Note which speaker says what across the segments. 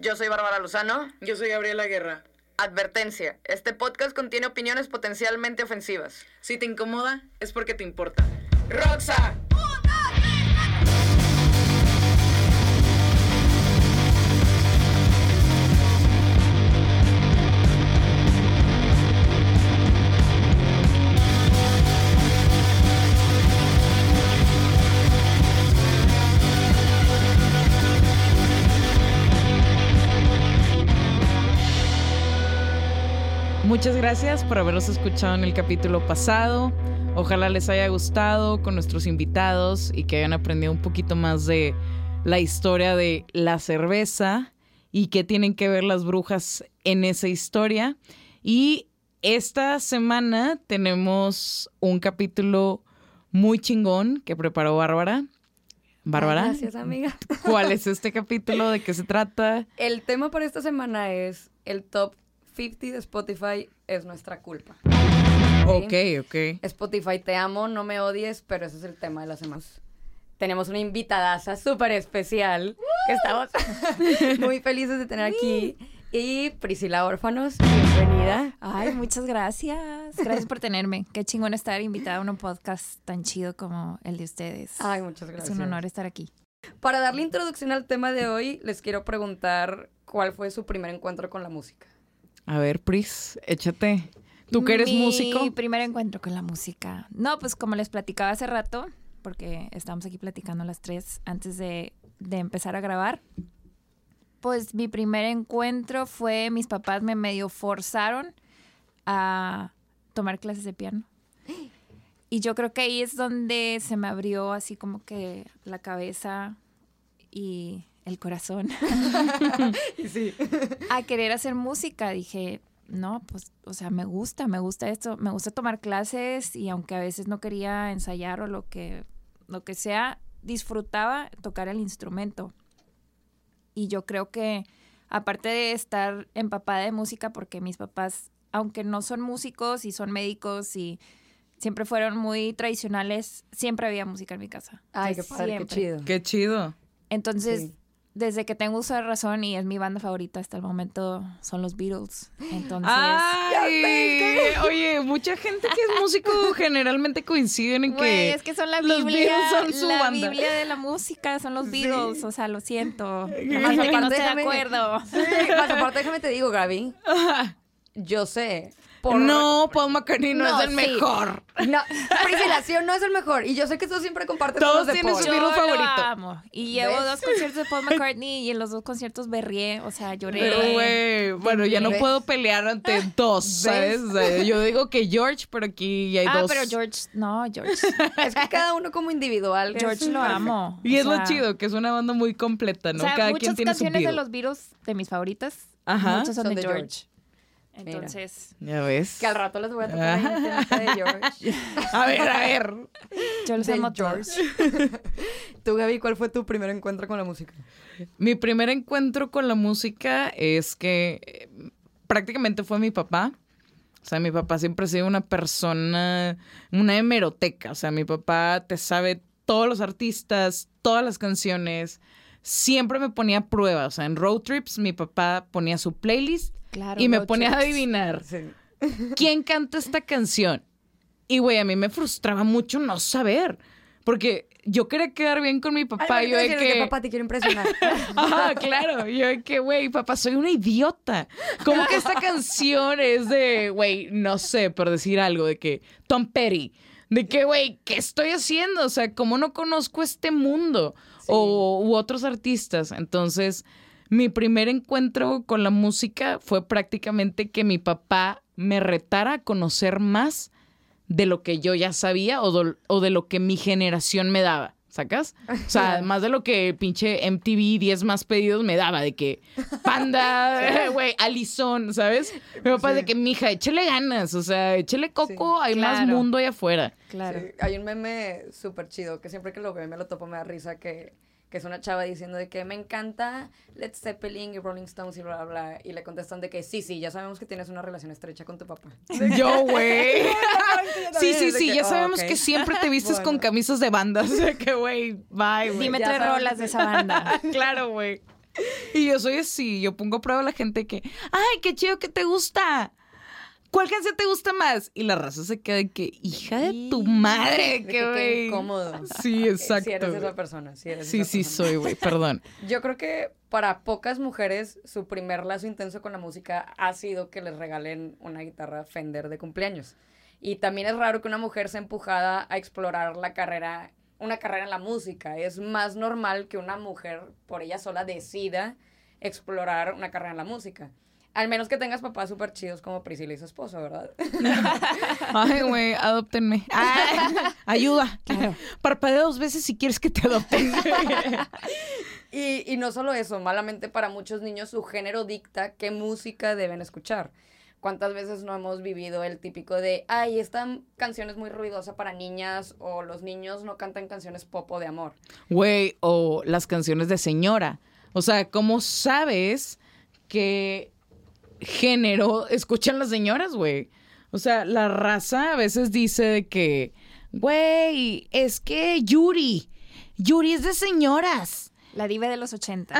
Speaker 1: Yo soy Bárbara Lozano.
Speaker 2: Yo soy Gabriela Guerra.
Speaker 1: Advertencia, este podcast contiene opiniones potencialmente ofensivas.
Speaker 2: Si te incomoda, es porque te importa. ¡Roxa!
Speaker 3: Muchas gracias por habernos escuchado en el capítulo pasado. Ojalá les haya gustado con nuestros invitados y que hayan aprendido un poquito más de la historia de la cerveza y qué tienen que ver las brujas en esa historia. Y esta semana tenemos un capítulo muy chingón que preparó Bárbara. Bárbara.
Speaker 4: Gracias, amiga.
Speaker 3: ¿Cuál es este capítulo? ¿De qué se trata?
Speaker 4: El tema para esta semana es el top 50 de Spotify es nuestra culpa.
Speaker 3: ¿Sí? Ok.
Speaker 4: Spotify, te amo, no me odies, pero ese es el tema de las semanas. Tenemos una invitadaza súper especial que estamos muy felices de tener aquí. Y Priscila Órfanos, bienvenida.
Speaker 5: Ay, muchas gracias. Gracias por tenerme. Qué chingón estar invitada a un podcast tan chido como el de ustedes.
Speaker 4: Ay, muchas gracias.
Speaker 5: Es un honor estar aquí.
Speaker 4: Para darle introducción al tema de hoy, les quiero preguntar cuál fue su primer encuentro con la música.
Speaker 3: A ver, Pris, échate. ¿Tú que eres músico?
Speaker 5: Mi primer encuentro con la música. No, pues como les platicaba hace rato, porque estábamos aquí platicando las tres antes de empezar a grabar, pues mi primer encuentro fue, mis papás me medio forzaron a tomar clases de piano. Y yo creo que ahí es donde se me abrió así como que la cabeza y el corazón
Speaker 4: Sí.
Speaker 5: a querer hacer música. Dije, no, pues, o sea, me gusta esto, me gusta tomar clases y aunque a veces no quería ensayar o lo que sea, disfrutaba tocar el instrumento. Y yo creo que aparte de estar empapada de música, porque mis papás, aunque no son músicos y son médicos y siempre fueron muy tradicionales, siempre había música en mi casa.
Speaker 4: Ay, qué padre,
Speaker 5: siempre.
Speaker 4: qué chido.
Speaker 3: Qué chido.
Speaker 5: Entonces,
Speaker 4: Sí.
Speaker 5: desde que tengo uso de razón y es mi banda favorita hasta el momento, son los Beatles. Entonces,
Speaker 3: ¡Ay! Oye, mucha gente que es músico generalmente coinciden en
Speaker 5: güey,
Speaker 3: que
Speaker 5: es que son la
Speaker 3: los
Speaker 5: Biblia,
Speaker 3: Beatles son su
Speaker 5: la
Speaker 3: banda.
Speaker 5: Biblia de la música, son los Beatles, o sea, lo siento.
Speaker 4: Más
Speaker 5: Más de que no
Speaker 4: aparte,
Speaker 5: estoy de
Speaker 4: déjame-
Speaker 5: acuerdo.
Speaker 4: Sí, más aparte, déjame te digo, Gaby, yo sé.
Speaker 3: No, Paul McCartney no,
Speaker 4: No,
Speaker 3: es el
Speaker 4: sí.
Speaker 3: mejor.
Speaker 4: No, Priscila, sí o no es el mejor. Y yo sé que tú siempre compartes
Speaker 3: Todos
Speaker 4: cosas de
Speaker 3: tienen
Speaker 4: Paul.
Speaker 3: su Beatle
Speaker 5: Yo
Speaker 3: favorito.
Speaker 5: lo amo. Y llevo
Speaker 4: ¿Ves?
Speaker 5: 2 conciertos de Paul McCartney y en los 2 conciertos berrié, o sea, lloré.
Speaker 3: Pero, güey, bueno, ya no
Speaker 4: ¿Ves?
Speaker 3: puedo pelear ante dos, ¿sabes? O sea, yo digo que George, pero aquí hay dos.
Speaker 5: Pero George, no, George.
Speaker 4: Es que cada uno como individual.
Speaker 5: George lo amo.
Speaker 3: Y
Speaker 5: O
Speaker 3: es lo
Speaker 5: sea,
Speaker 3: chido, que es una banda muy completa, ¿no?
Speaker 5: O sea,
Speaker 3: Cada quien
Speaker 5: muchas
Speaker 3: tiene su
Speaker 5: canciones de
Speaker 3: Beatle.
Speaker 5: los Beatles, de mis favoritas,
Speaker 3: Ajá.
Speaker 5: muchas son
Speaker 4: Son
Speaker 5: de
Speaker 4: de
Speaker 5: George. Entonces,
Speaker 3: Ya ves.
Speaker 4: Que al rato les voy a tocar ahí un temita de George.
Speaker 3: A ver.
Speaker 5: yo los
Speaker 4: De
Speaker 5: amo a
Speaker 4: George.
Speaker 5: todos.
Speaker 4: Tú, Gaby, ¿cuál fue tu primer encuentro con la música?
Speaker 3: Mi primer encuentro con la música es que prácticamente fue mi papá. O sea, mi papá siempre ha sido una persona, una hemeroteca. O sea, mi papá te sabe todos los artistas, todas las canciones. Siempre me ponía a prueba. O sea, en road trips mi papá ponía su playlist
Speaker 5: Claro,
Speaker 3: y me
Speaker 5: road
Speaker 3: ponía a
Speaker 5: trips.
Speaker 3: adivinar
Speaker 4: Sí.
Speaker 3: quién canta esta canción. Y, güey, a mí me frustraba mucho no saber. Porque yo quería quedar bien con mi papá.
Speaker 4: Ay,
Speaker 3: Yo de
Speaker 4: que
Speaker 3: que...
Speaker 4: papá te quiero impresionar.
Speaker 3: Ajá, claro. Yo de que, güey, papá, soy una idiota. ¿Cómo que esta canción es de, güey, no sé, por decir algo, de que Tom Petty? De que, güey, ¿qué estoy haciendo? O sea, ¿cómo no conozco este mundo? U otros artistas. Entonces, mi primer encuentro con la música fue prácticamente que mi papá me retara a conocer más de lo que yo ya sabía o de lo que mi generación me daba, ¿sacas? O sea, más de lo que pinche MTV 10 más pedidos me daba, de que Panda, güey, Allison, ¿sabes? Mi papá es de que, mija, échale ganas, o sea, échale coco, hay más
Speaker 5: claro.
Speaker 3: mundo allá afuera.
Speaker 5: Claro.
Speaker 4: Sí, hay un meme súper chido que siempre que lo veo y me lo topo me da risa que es una chava diciendo de que me encanta Led Zeppelin y Rolling Stones y bla, bla, bla. Y le contestan de que sí, ya sabemos que tienes una relación estrecha con tu papá.
Speaker 3: Yo, güey. Sí,
Speaker 4: también, de que,
Speaker 3: ya sabemos
Speaker 4: ok.
Speaker 3: que siempre te vistes con
Speaker 4: Bueno.
Speaker 3: camisas de bandas. O sea, que, güey, bye, güey.
Speaker 5: Dime
Speaker 4: ya
Speaker 5: 3
Speaker 4: sabes
Speaker 5: rolas
Speaker 4: que-
Speaker 5: de esa banda.
Speaker 3: Claro, güey. Y yo soy así, yo pongo a prueba a la gente que, ay, qué chido que te gusta. ¿Cuál canción te gusta más? Y la raza se queda de que, hija de tu madre,
Speaker 4: De
Speaker 3: que
Speaker 4: qué
Speaker 3: güey.
Speaker 4: incómodo.
Speaker 3: Sí, exacto.
Speaker 4: Si eres
Speaker 3: güey.
Speaker 4: esa persona, si eres
Speaker 3: Sí,
Speaker 4: esa
Speaker 3: sí
Speaker 4: persona.
Speaker 3: soy, güey, perdón.
Speaker 4: Yo creo que para pocas mujeres su primer lazo intenso con la música ha sido que les regalen una guitarra Fender de cumpleaños. Y también es raro que una mujer sea empujada a explorar una carrera en la música. Es más normal que una mujer por ella sola decida explorar una carrera en la música. Al menos que tengas papás súper chidos como Priscila y su esposo, ¿verdad?
Speaker 3: Ay, güey, adóptenme. Ay, ayuda. Parpadea 2 veces si quieres que te adopten.
Speaker 4: Y no solo eso, malamente para muchos niños su género dicta qué música deben escuchar. ¿Cuántas veces no hemos vivido el típico de, ay, esta canción es muy ruidosa para niñas, o los niños no cantan canciones pop o de amor?
Speaker 3: Güey, o las canciones de señora. O sea, ¿cómo sabes qué género escuchan las señoras, güey? O sea, la raza a veces dice de que, güey, es que Yuri es de señoras.
Speaker 5: La diva de los 80.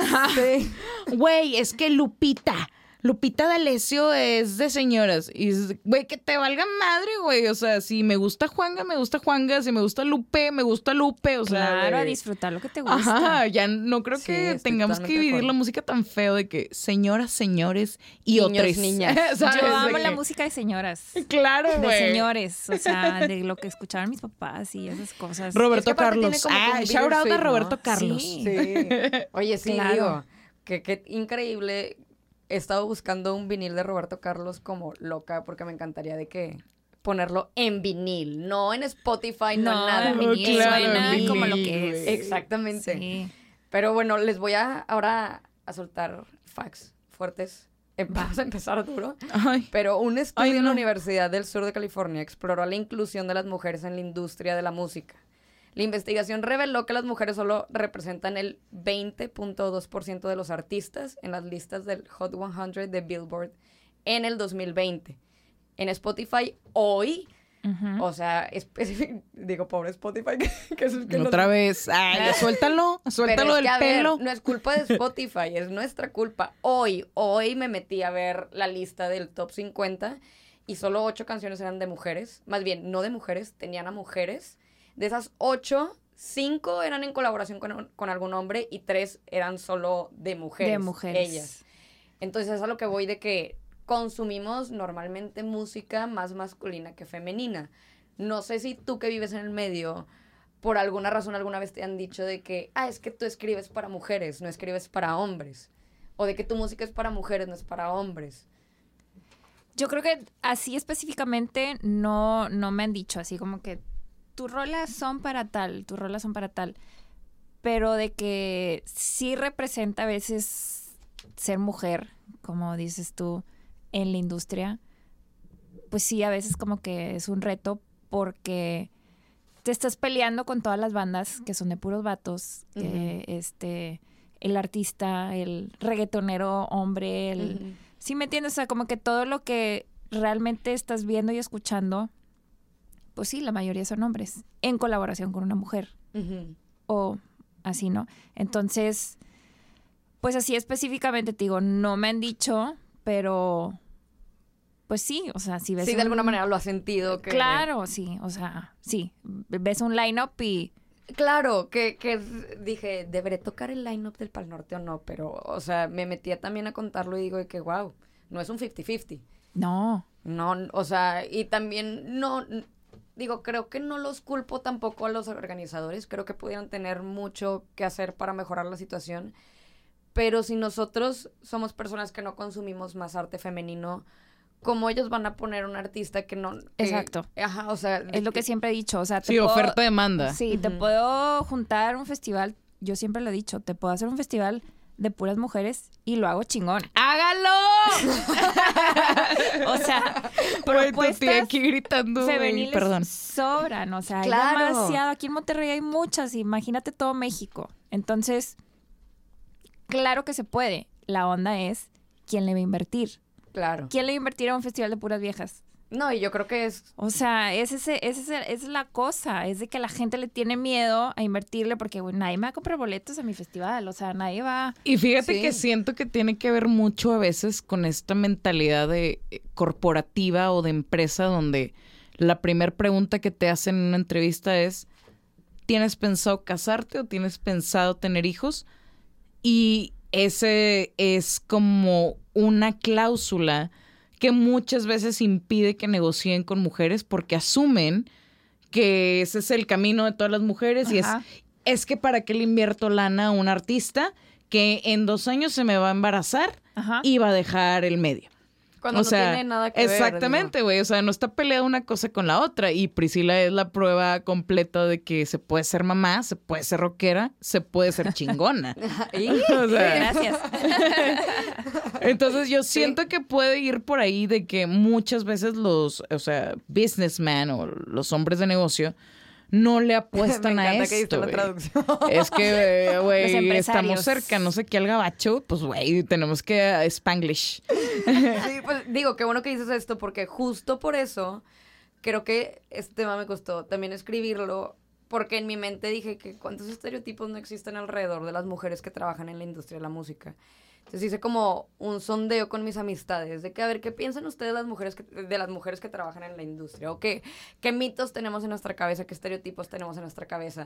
Speaker 3: Güey, es que Lupita D'Alessio es de señoras. Y, güey, que te valga madre, güey. O sea, si me gusta Juanga, me gusta Juanga. Si me gusta Lupe, me gusta Lupe. O sea,
Speaker 5: Claro, a
Speaker 3: güey.
Speaker 5: disfrutar lo que te gusta.
Speaker 3: Ajá, ya no creo
Speaker 4: Sí,
Speaker 3: que
Speaker 4: estoy
Speaker 3: tengamos que
Speaker 4: totalmente de
Speaker 3: dividir
Speaker 4: acuerdo.
Speaker 3: la música tan feo de que señoras, señores y
Speaker 4: Niños,
Speaker 3: otros.
Speaker 4: niñas.
Speaker 3: ¿Sabes?
Speaker 5: Yo
Speaker 3: De
Speaker 5: amo la
Speaker 3: que-
Speaker 5: música de señoras.
Speaker 3: Claro,
Speaker 5: De
Speaker 3: güey.
Speaker 5: señores, o sea, de lo que escuchaban mis papás y esas cosas.
Speaker 3: Roberto
Speaker 4: Es que aparte
Speaker 3: Carlos.
Speaker 4: tiene como que un
Speaker 3: Shout out a
Speaker 4: bittersweet, ¿no?
Speaker 3: Roberto Carlos.
Speaker 5: Sí.
Speaker 4: Sí. Oye, sí,
Speaker 5: Claro.
Speaker 4: digo, que increíble. He estado buscando un vinil de Roberto Carlos como loca porque me encantaría de que ponerlo en vinil, no en Spotify, no, en nada.
Speaker 5: en vinil,
Speaker 3: claro,
Speaker 5: suena
Speaker 3: en
Speaker 5: como lo
Speaker 3: vinil,
Speaker 5: que es.
Speaker 3: güey.
Speaker 4: Exactamente.
Speaker 5: Sí.
Speaker 4: Pero bueno, les voy ahora a soltar facts fuertes. Vamos a empezar duro.
Speaker 3: Ay.
Speaker 4: Pero un estudio
Speaker 3: Ay,
Speaker 4: en la
Speaker 3: no.
Speaker 4: Universidad del Sur de California exploró la inclusión de las mujeres en la industria de la música. La investigación reveló que las mujeres solo representan el 20.2% de los artistas en las listas del Hot 100 de Billboard en el 2020. En Spotify hoy,
Speaker 5: Ujú.
Speaker 4: o sea, digo, pobre Spotify, que es que
Speaker 3: Otra vez. Ay, suéltalo
Speaker 4: pero es
Speaker 3: del
Speaker 4: que, a ver,
Speaker 3: pelo.
Speaker 4: no es culpa de Spotify, es nuestra culpa. Hoy me metí a ver la lista del top 50 y solo 8 canciones eran de mujeres. Más bien, no de mujeres, tenían a mujeres. De esas 8, 5 eran en colaboración con algún hombre y 3 eran solo de mujeres.
Speaker 5: De mujeres.
Speaker 4: Ellas. Entonces es a lo que voy de que consumimos normalmente música más masculina que femenina. No sé si tú que vives en el medio, por alguna razón alguna vez te han dicho de que, es que tú escribes para mujeres, no escribes para hombres. O de que tu música es para mujeres, no es para hombres.
Speaker 5: Yo creo que así específicamente no me han dicho, así como que tus rolas son para tal, pero de que sí representa a veces ser mujer, como dices tú, en la industria, pues sí, a veces como que es un reto porque te estás peleando con todas las bandas que son de puros vatos, el artista, el reggaetonero hombre,
Speaker 4: Ujú.
Speaker 5: ¿sí me entiendes? O sea, como que todo lo que realmente estás viendo y escuchando, pues sí, la mayoría son hombres, en colaboración con una mujer,
Speaker 4: Ujú.
Speaker 5: o así, ¿no? Entonces, pues así específicamente te digo, no me han dicho, pero pues sí, o sea, si ves
Speaker 4: Sí, de alguna manera lo has sentido. Que,
Speaker 5: Claro, sí, o sea, sí, ves un line-up y...
Speaker 4: Claro, que dije, ¿deberé tocar el line-up del Pal Norte o no? Pero, o sea, me metía también a contarlo y digo de que, wow, no es un 50-50.
Speaker 5: No,
Speaker 4: No, o sea, y también no, digo, creo que no los culpo tampoco a los organizadores, creo que pudieran tener mucho que hacer para mejorar la situación, pero si nosotros somos personas que no consumimos más arte femenino, ¿cómo ellos van a poner un artista que no...
Speaker 5: Exacto.
Speaker 4: Ajá, o sea...
Speaker 5: es lo que siempre he dicho, o sea,
Speaker 3: Sí, oferta-demanda.
Speaker 5: Sí, te
Speaker 4: Ujú. puedo
Speaker 5: juntar un festival, yo siempre lo he dicho, te puedo hacer un festival de puras mujeres y lo hago chingón.
Speaker 3: ¡Hágalo!
Speaker 5: O sea,
Speaker 3: Güey, tu tía
Speaker 5: propuestas
Speaker 3: aquí gritando, güey.
Speaker 5: femeniles
Speaker 3: Perdón.
Speaker 5: sobran, o sea,
Speaker 4: Claro.
Speaker 5: hay demasiado. Aquí en Monterrey hay muchas, imagínate todo México. Entonces, claro que se puede. La onda es quién le va a invertir.
Speaker 4: Claro.
Speaker 5: ¿Quién le va a invertir a un festival de puras viejas?
Speaker 4: No, y yo creo que es...
Speaker 5: O sea, esa es la cosa. Es de que la gente le tiene miedo a invertirle porque güey, nadie me va a comprar boletos a mi festival. O sea, nadie va...
Speaker 3: Y fíjate
Speaker 4: Sí.
Speaker 3: que siento que tiene que ver mucho a veces con esta mentalidad de corporativa o de empresa donde la primera pregunta que te hacen en una entrevista es ¿tienes pensado casarte o tienes pensado tener hijos? Y ese es como una cláusula que muchas veces impide que negocien con mujeres porque asumen que ese es el camino de todas las mujeres y
Speaker 5: Ajá.
Speaker 3: es que para qué le invierto lana a un artista que en 2 años se me va a embarazar
Speaker 5: Ajá.
Speaker 3: y va a dejar el medio.
Speaker 4: Cuando
Speaker 3: O
Speaker 4: no
Speaker 3: sea,
Speaker 4: tiene nada que ver.
Speaker 3: exactamente, güey. O sea, no está peleada una cosa con la otra. Y Priscila es la prueba completa de que se puede ser mamá, se puede ser rockera, se puede ser chingona.
Speaker 4: digo.
Speaker 3: O sea,
Speaker 5: Gracias.
Speaker 3: entonces yo siento que puede ir por ahí de que muchas veces los, o sea, businessmen o los hombres de negocio no le apuestan
Speaker 4: Me
Speaker 3: a
Speaker 4: encanta que diste
Speaker 3: esto,
Speaker 4: la
Speaker 3: güey.
Speaker 4: traducción.
Speaker 3: Es que,
Speaker 5: Los
Speaker 3: güey,
Speaker 5: empresarios.
Speaker 3: estamos cerca, no sé qué al gabacho, pues, güey, tenemos que Spanglish.
Speaker 4: Sí, pues digo, qué bueno que dices esto, porque justo por eso creo que este tema me costó también escribirlo, porque en mi mente dije que cuántos estereotipos no existen alrededor de las mujeres que trabajan en la industria de la música. Entonces hice como un sondeo con mis amistades de que a ver qué piensan ustedes de las mujeres que trabajan en la industria o qué mitos tenemos en nuestra cabeza, qué estereotipos tenemos en nuestra cabeza.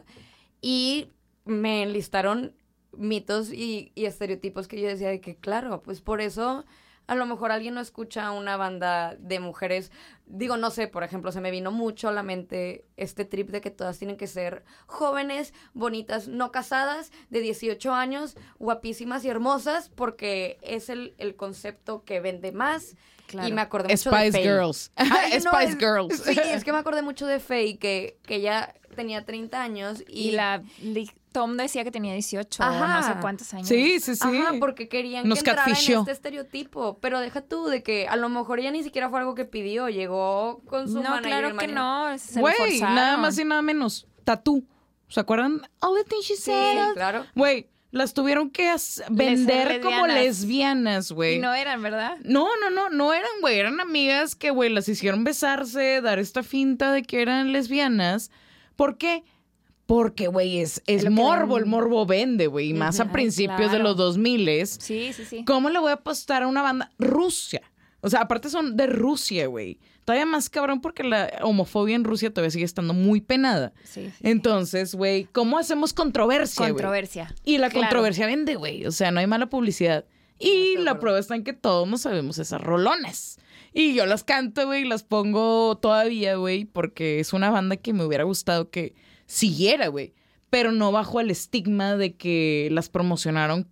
Speaker 4: Y me enlistaron mitos y estereotipos que yo decía de que claro, pues por eso a lo mejor alguien no escucha una banda de mujeres. Digo, no sé, por ejemplo, se me vino mucho a la mente este trip de que todas tienen que ser jóvenes, bonitas, no casadas, de 18 años, guapísimas y hermosas, porque es el concepto que vende más.
Speaker 5: Claro.
Speaker 4: Y me acordé mucho de
Speaker 3: Spice
Speaker 4: Faye.
Speaker 3: Girls.
Speaker 4: Ay, no,
Speaker 3: Spice Girls.
Speaker 4: Sí, es que me acordé mucho de Faye, que ella tenía 30 años
Speaker 5: Y Tom decía que tenía 18 o
Speaker 4: Ajá.
Speaker 5: no sé cuántos años.
Speaker 3: Sí, sí, sí.
Speaker 4: Ajá, porque querían
Speaker 3: Nos
Speaker 4: que entrara en
Speaker 3: catfishó.
Speaker 4: este estereotipo. Pero deja tú de que a lo mejor ella ni siquiera fue algo que pidió. Llegó con su
Speaker 5: No,
Speaker 4: manager.
Speaker 5: claro
Speaker 4: el
Speaker 5: que
Speaker 4: manager-
Speaker 5: no. Se lo
Speaker 3: Güey,
Speaker 5: forzaron.
Speaker 3: nada más y nada menos. Tatú. ¿Se acuerdan? All the things she
Speaker 4: Sí,
Speaker 3: said.
Speaker 4: claro.
Speaker 3: Güey, las tuvieron que vender como
Speaker 5: lesbianas.
Speaker 3: lesbianas, güey.
Speaker 5: Y no eran, ¿verdad?
Speaker 3: No eran, güey, eran amigas que, güey, las hicieron besarse, dar esta finta de que eran lesbianas. ¿Por qué? Porque, güey, es
Speaker 5: lo que
Speaker 3: morbo,
Speaker 5: ven.
Speaker 3: el morbo vende, güey, y más a
Speaker 5: Ajá,
Speaker 3: principios de
Speaker 5: claro.
Speaker 3: los 2000.
Speaker 5: Sí, sí, sí.
Speaker 3: ¿Cómo le voy a apostar a una banda Rusia? O sea, aparte son de Rusia, güey. Todavía más cabrón porque la homofobia en Rusia todavía sigue estando muy penada.
Speaker 5: Sí, sí.
Speaker 3: Entonces, güey, ¿cómo hacemos controversia, güey?
Speaker 5: Controversia.
Speaker 3: Y la
Speaker 5: Claro.
Speaker 3: controversia vende, güey. O sea, no hay mala publicidad. Y
Speaker 4: estoy de
Speaker 3: la
Speaker 4: acuerdo.
Speaker 3: prueba está en que todos no sabemos esas rolones. Y yo las canto, güey, las pongo todavía, güey, porque es una banda que me hubiera gustado que siguiera, güey. Pero no bajo el estigma de que las promocionaron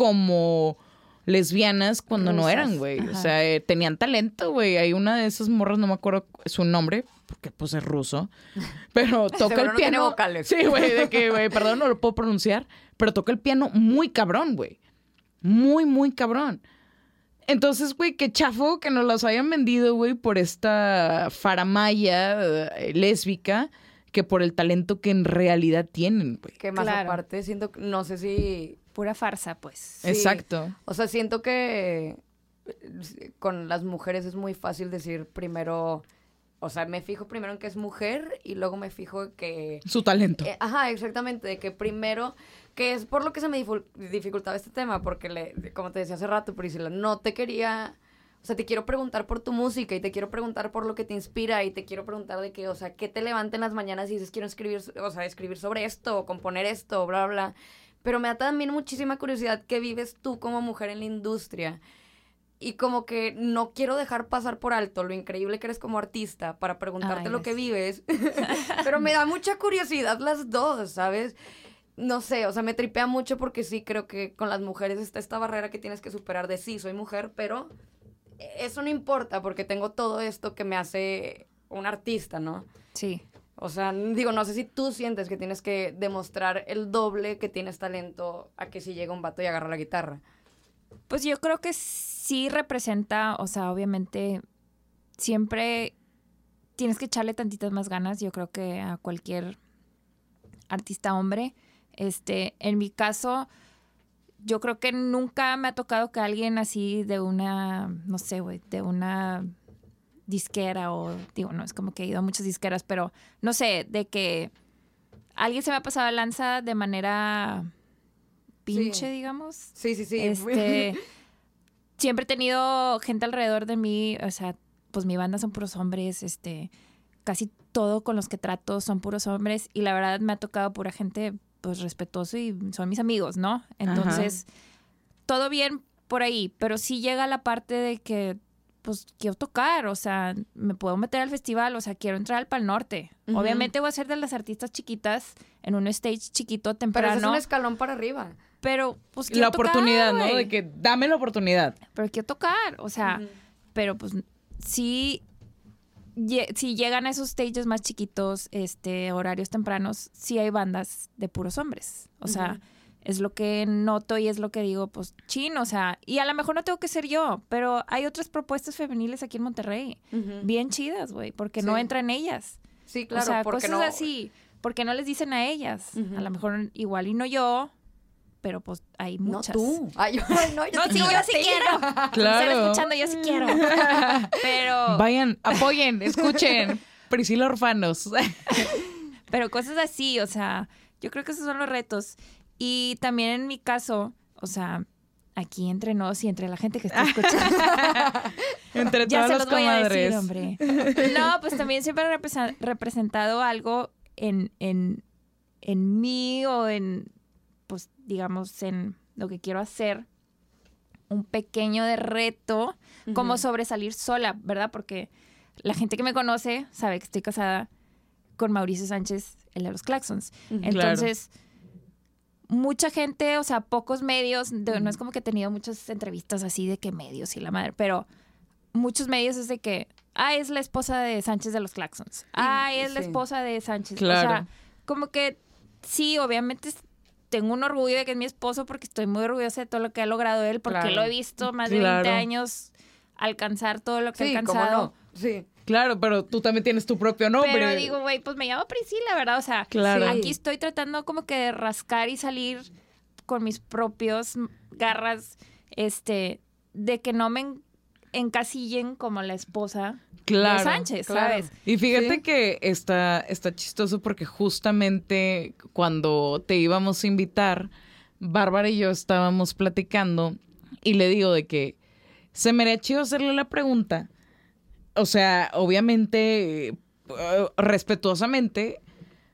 Speaker 3: como lesbianas cuando no
Speaker 5: Rusas.
Speaker 3: eran, güey. O
Speaker 5: Ajá.
Speaker 3: sea, tenían talento, güey. Hay una de esas morras, no me acuerdo su nombre, porque pues es ruso. Pero toca
Speaker 4: Seguro
Speaker 3: el
Speaker 4: no tiene
Speaker 3: piano.
Speaker 4: vocales.
Speaker 3: Sí, güey, de que, güey, perdón, no lo puedo pronunciar. Pero toca el piano muy cabrón, güey. Muy, muy cabrón. Entonces, güey, qué chafo que nos las hayan vendido, güey, por esta faramaya lésbica que por el talento que en realidad tienen, güey.
Speaker 4: Que más
Speaker 5: Claro.
Speaker 4: aparte, siento, no sé si...
Speaker 5: Pura farsa, pues.
Speaker 4: Sí.
Speaker 3: Exacto.
Speaker 4: O sea, siento que con las mujeres es muy fácil decir primero... O sea, me fijo primero en que es mujer y luego me fijo que...
Speaker 3: Su talento.
Speaker 4: Ajá, exactamente, de que primero, que es por lo que se me dificultaba este tema, porque como te decía hace rato, Priscila, no te quería, o sea, te quiero preguntar por tu música y te quiero preguntar por lo que te inspira y te quiero preguntar de que, o sea, qué te levanta en las mañanas y dices, quiero escribir, o sea, escribir sobre esto, o componer esto, bla, bla, bla. Pero me da también muchísima curiosidad qué vives tú como mujer en la industria. Y como que no quiero dejar pasar por alto lo increíble que eres como artista para preguntarte
Speaker 5: Ay,
Speaker 4: lo que vives. Pero me da mucha curiosidad las dos, ¿sabes? No sé, o sea, me tripea mucho porque sí creo que con las mujeres está esta barrera que tienes que superar de sí, soy mujer, pero eso no importa porque tengo todo esto que me hace un artista, ¿no?
Speaker 5: Sí.
Speaker 4: O sea, digo, no sé si tú sientes que tienes que demostrar el doble que tienes talento a que si llega un vato y agarra la guitarra.
Speaker 5: Pues yo creo que sí representa, o sea, obviamente siempre tienes que echarle tantitas más ganas, yo creo que a cualquier artista hombre. En mi caso, yo creo que nunca me ha tocado que alguien así de una, no sé, güey, de una disquera o, digo, no es como que he ido a muchas disqueras, pero no sé, de que alguien se me ha pasado lanza de manera pinche, digamos.
Speaker 4: Sí.
Speaker 5: Siempre he tenido gente alrededor de mí, o sea, pues mi banda son puros hombres, casi todo con los que trato son puros hombres y la verdad me ha tocado pura gente pues respetuoso y son mis amigos, ¿no? Entonces, todo bien por ahí, pero sí llega la parte de que pues quiero tocar, o sea, me puedo meter al festival, o sea, quiero entrar al Pal Norte. Obviamente voy a ser de las artistas chiquitas en un stage chiquito temprano.
Speaker 4: Pero eso es un escalón para arriba.
Speaker 5: Pero pues quiero
Speaker 3: La oportunidad,
Speaker 5: tocar,
Speaker 3: ¿no?
Speaker 5: güey.
Speaker 3: De que dame la oportunidad.
Speaker 5: Pero quiero tocar, o sea, pero pues sí, si llegan a esos stages más chiquitos, horarios tempranos, sí hay bandas de puros hombres. O sea, es lo que noto y es lo que digo, pues, chin, o sea, y a lo mejor no tengo que ser yo, pero hay otras propuestas femeniles aquí en Monterrey, bien chidas, güey, porque no entran ellas.
Speaker 4: Sí, claro,
Speaker 5: o sea,
Speaker 4: porque
Speaker 5: cosas
Speaker 4: no...
Speaker 5: así, porque no les dicen a ellas. A lo mejor igual y no yo, pero pues hay muchas.
Speaker 4: No tú. Yo
Speaker 5: Sí, yo sí quiero.
Speaker 3: Claro.
Speaker 5: Están escuchando, yo sí quiero. Pero...
Speaker 3: Vayan, apoyen, escuchen. Priscila Orfanos.
Speaker 5: Pero cosas así, o sea, yo creo que esos son los retos. Y también en mi caso, o sea, aquí entre nos y entre la gente que está escuchando.
Speaker 3: Entre
Speaker 5: Ya
Speaker 3: todas
Speaker 5: se
Speaker 3: las
Speaker 5: los voy a decir,
Speaker 3: comadres.
Speaker 5: hombre. No, pues también siempre he representado algo en mí o en, pues, digamos, en lo que quiero hacer. Un pequeño de reto, como sobresalir sola, ¿verdad? Porque la gente que me conoce sabe que estoy casada con Mauricio Sánchez, el de los Claxons. Entonces, mucha gente, o sea, pocos medios, no es como que he tenido muchas entrevistas así de que medios y la madre, pero muchos medios es de que, es la esposa de Sánchez de los Claxons. Es la esposa de Sánchez.
Speaker 3: Claro.
Speaker 5: O sea, como que sí, obviamente tengo un orgullo de que es mi esposo porque estoy muy orgullosa de todo lo que ha logrado él, porque lo he visto más de 20 años alcanzar todo lo que ha alcanzado.
Speaker 4: ¿Cómo no? Sí.
Speaker 3: Claro, pero tú también tienes tu propio nombre.
Speaker 5: Pero digo, güey, pues me llamo Priscila, ¿verdad? O sea,
Speaker 3: Claro.
Speaker 5: aquí estoy tratando como que de rascar y salir con mis propios garras, de que no me encasillen como la esposa
Speaker 3: Claro,
Speaker 5: de Sánchez,
Speaker 4: claro.
Speaker 5: ¿sabes?
Speaker 3: Y fíjate que está chistoso porque justamente cuando te íbamos a invitar, Bárbara y yo estábamos platicando y le digo de que se me haría chido hacerle la pregunta. O sea, obviamente, respetuosamente,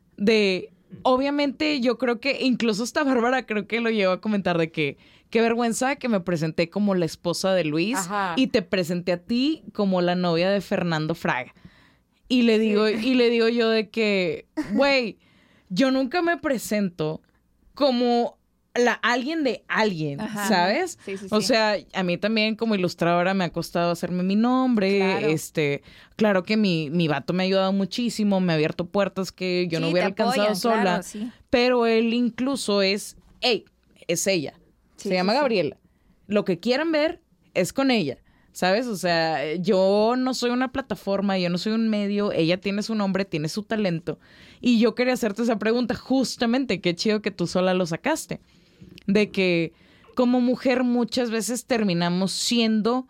Speaker 3: obviamente yo creo que incluso hasta Bárbara creo que lo llegó a comentar de que qué vergüenza que me presenté como la esposa de Luis y te presenté a ti como la novia de Fernando Fraga. Y le digo yo de que, güey, yo nunca me presento como alguien de alguien, ¿sabes?
Speaker 5: Sí.
Speaker 3: O sea, a mí también como ilustradora me ha costado hacerme mi nombre.
Speaker 5: Claro.
Speaker 3: Claro que mi vato me ha ayudado muchísimo, me ha abierto puertas que yo no hubiera alcanzado sola.
Speaker 5: Claro, sí.
Speaker 3: Pero él incluso es ella.
Speaker 5: Sí,
Speaker 3: Se llama Gabriela. Lo que quieran ver es con ella, ¿sabes? O sea, yo no soy una plataforma, yo no soy un medio, ella tiene su nombre, tiene su talento. Y yo quería hacerte esa pregunta, justamente, qué chido que tú sola lo sacaste. De que como mujer muchas veces terminamos siendo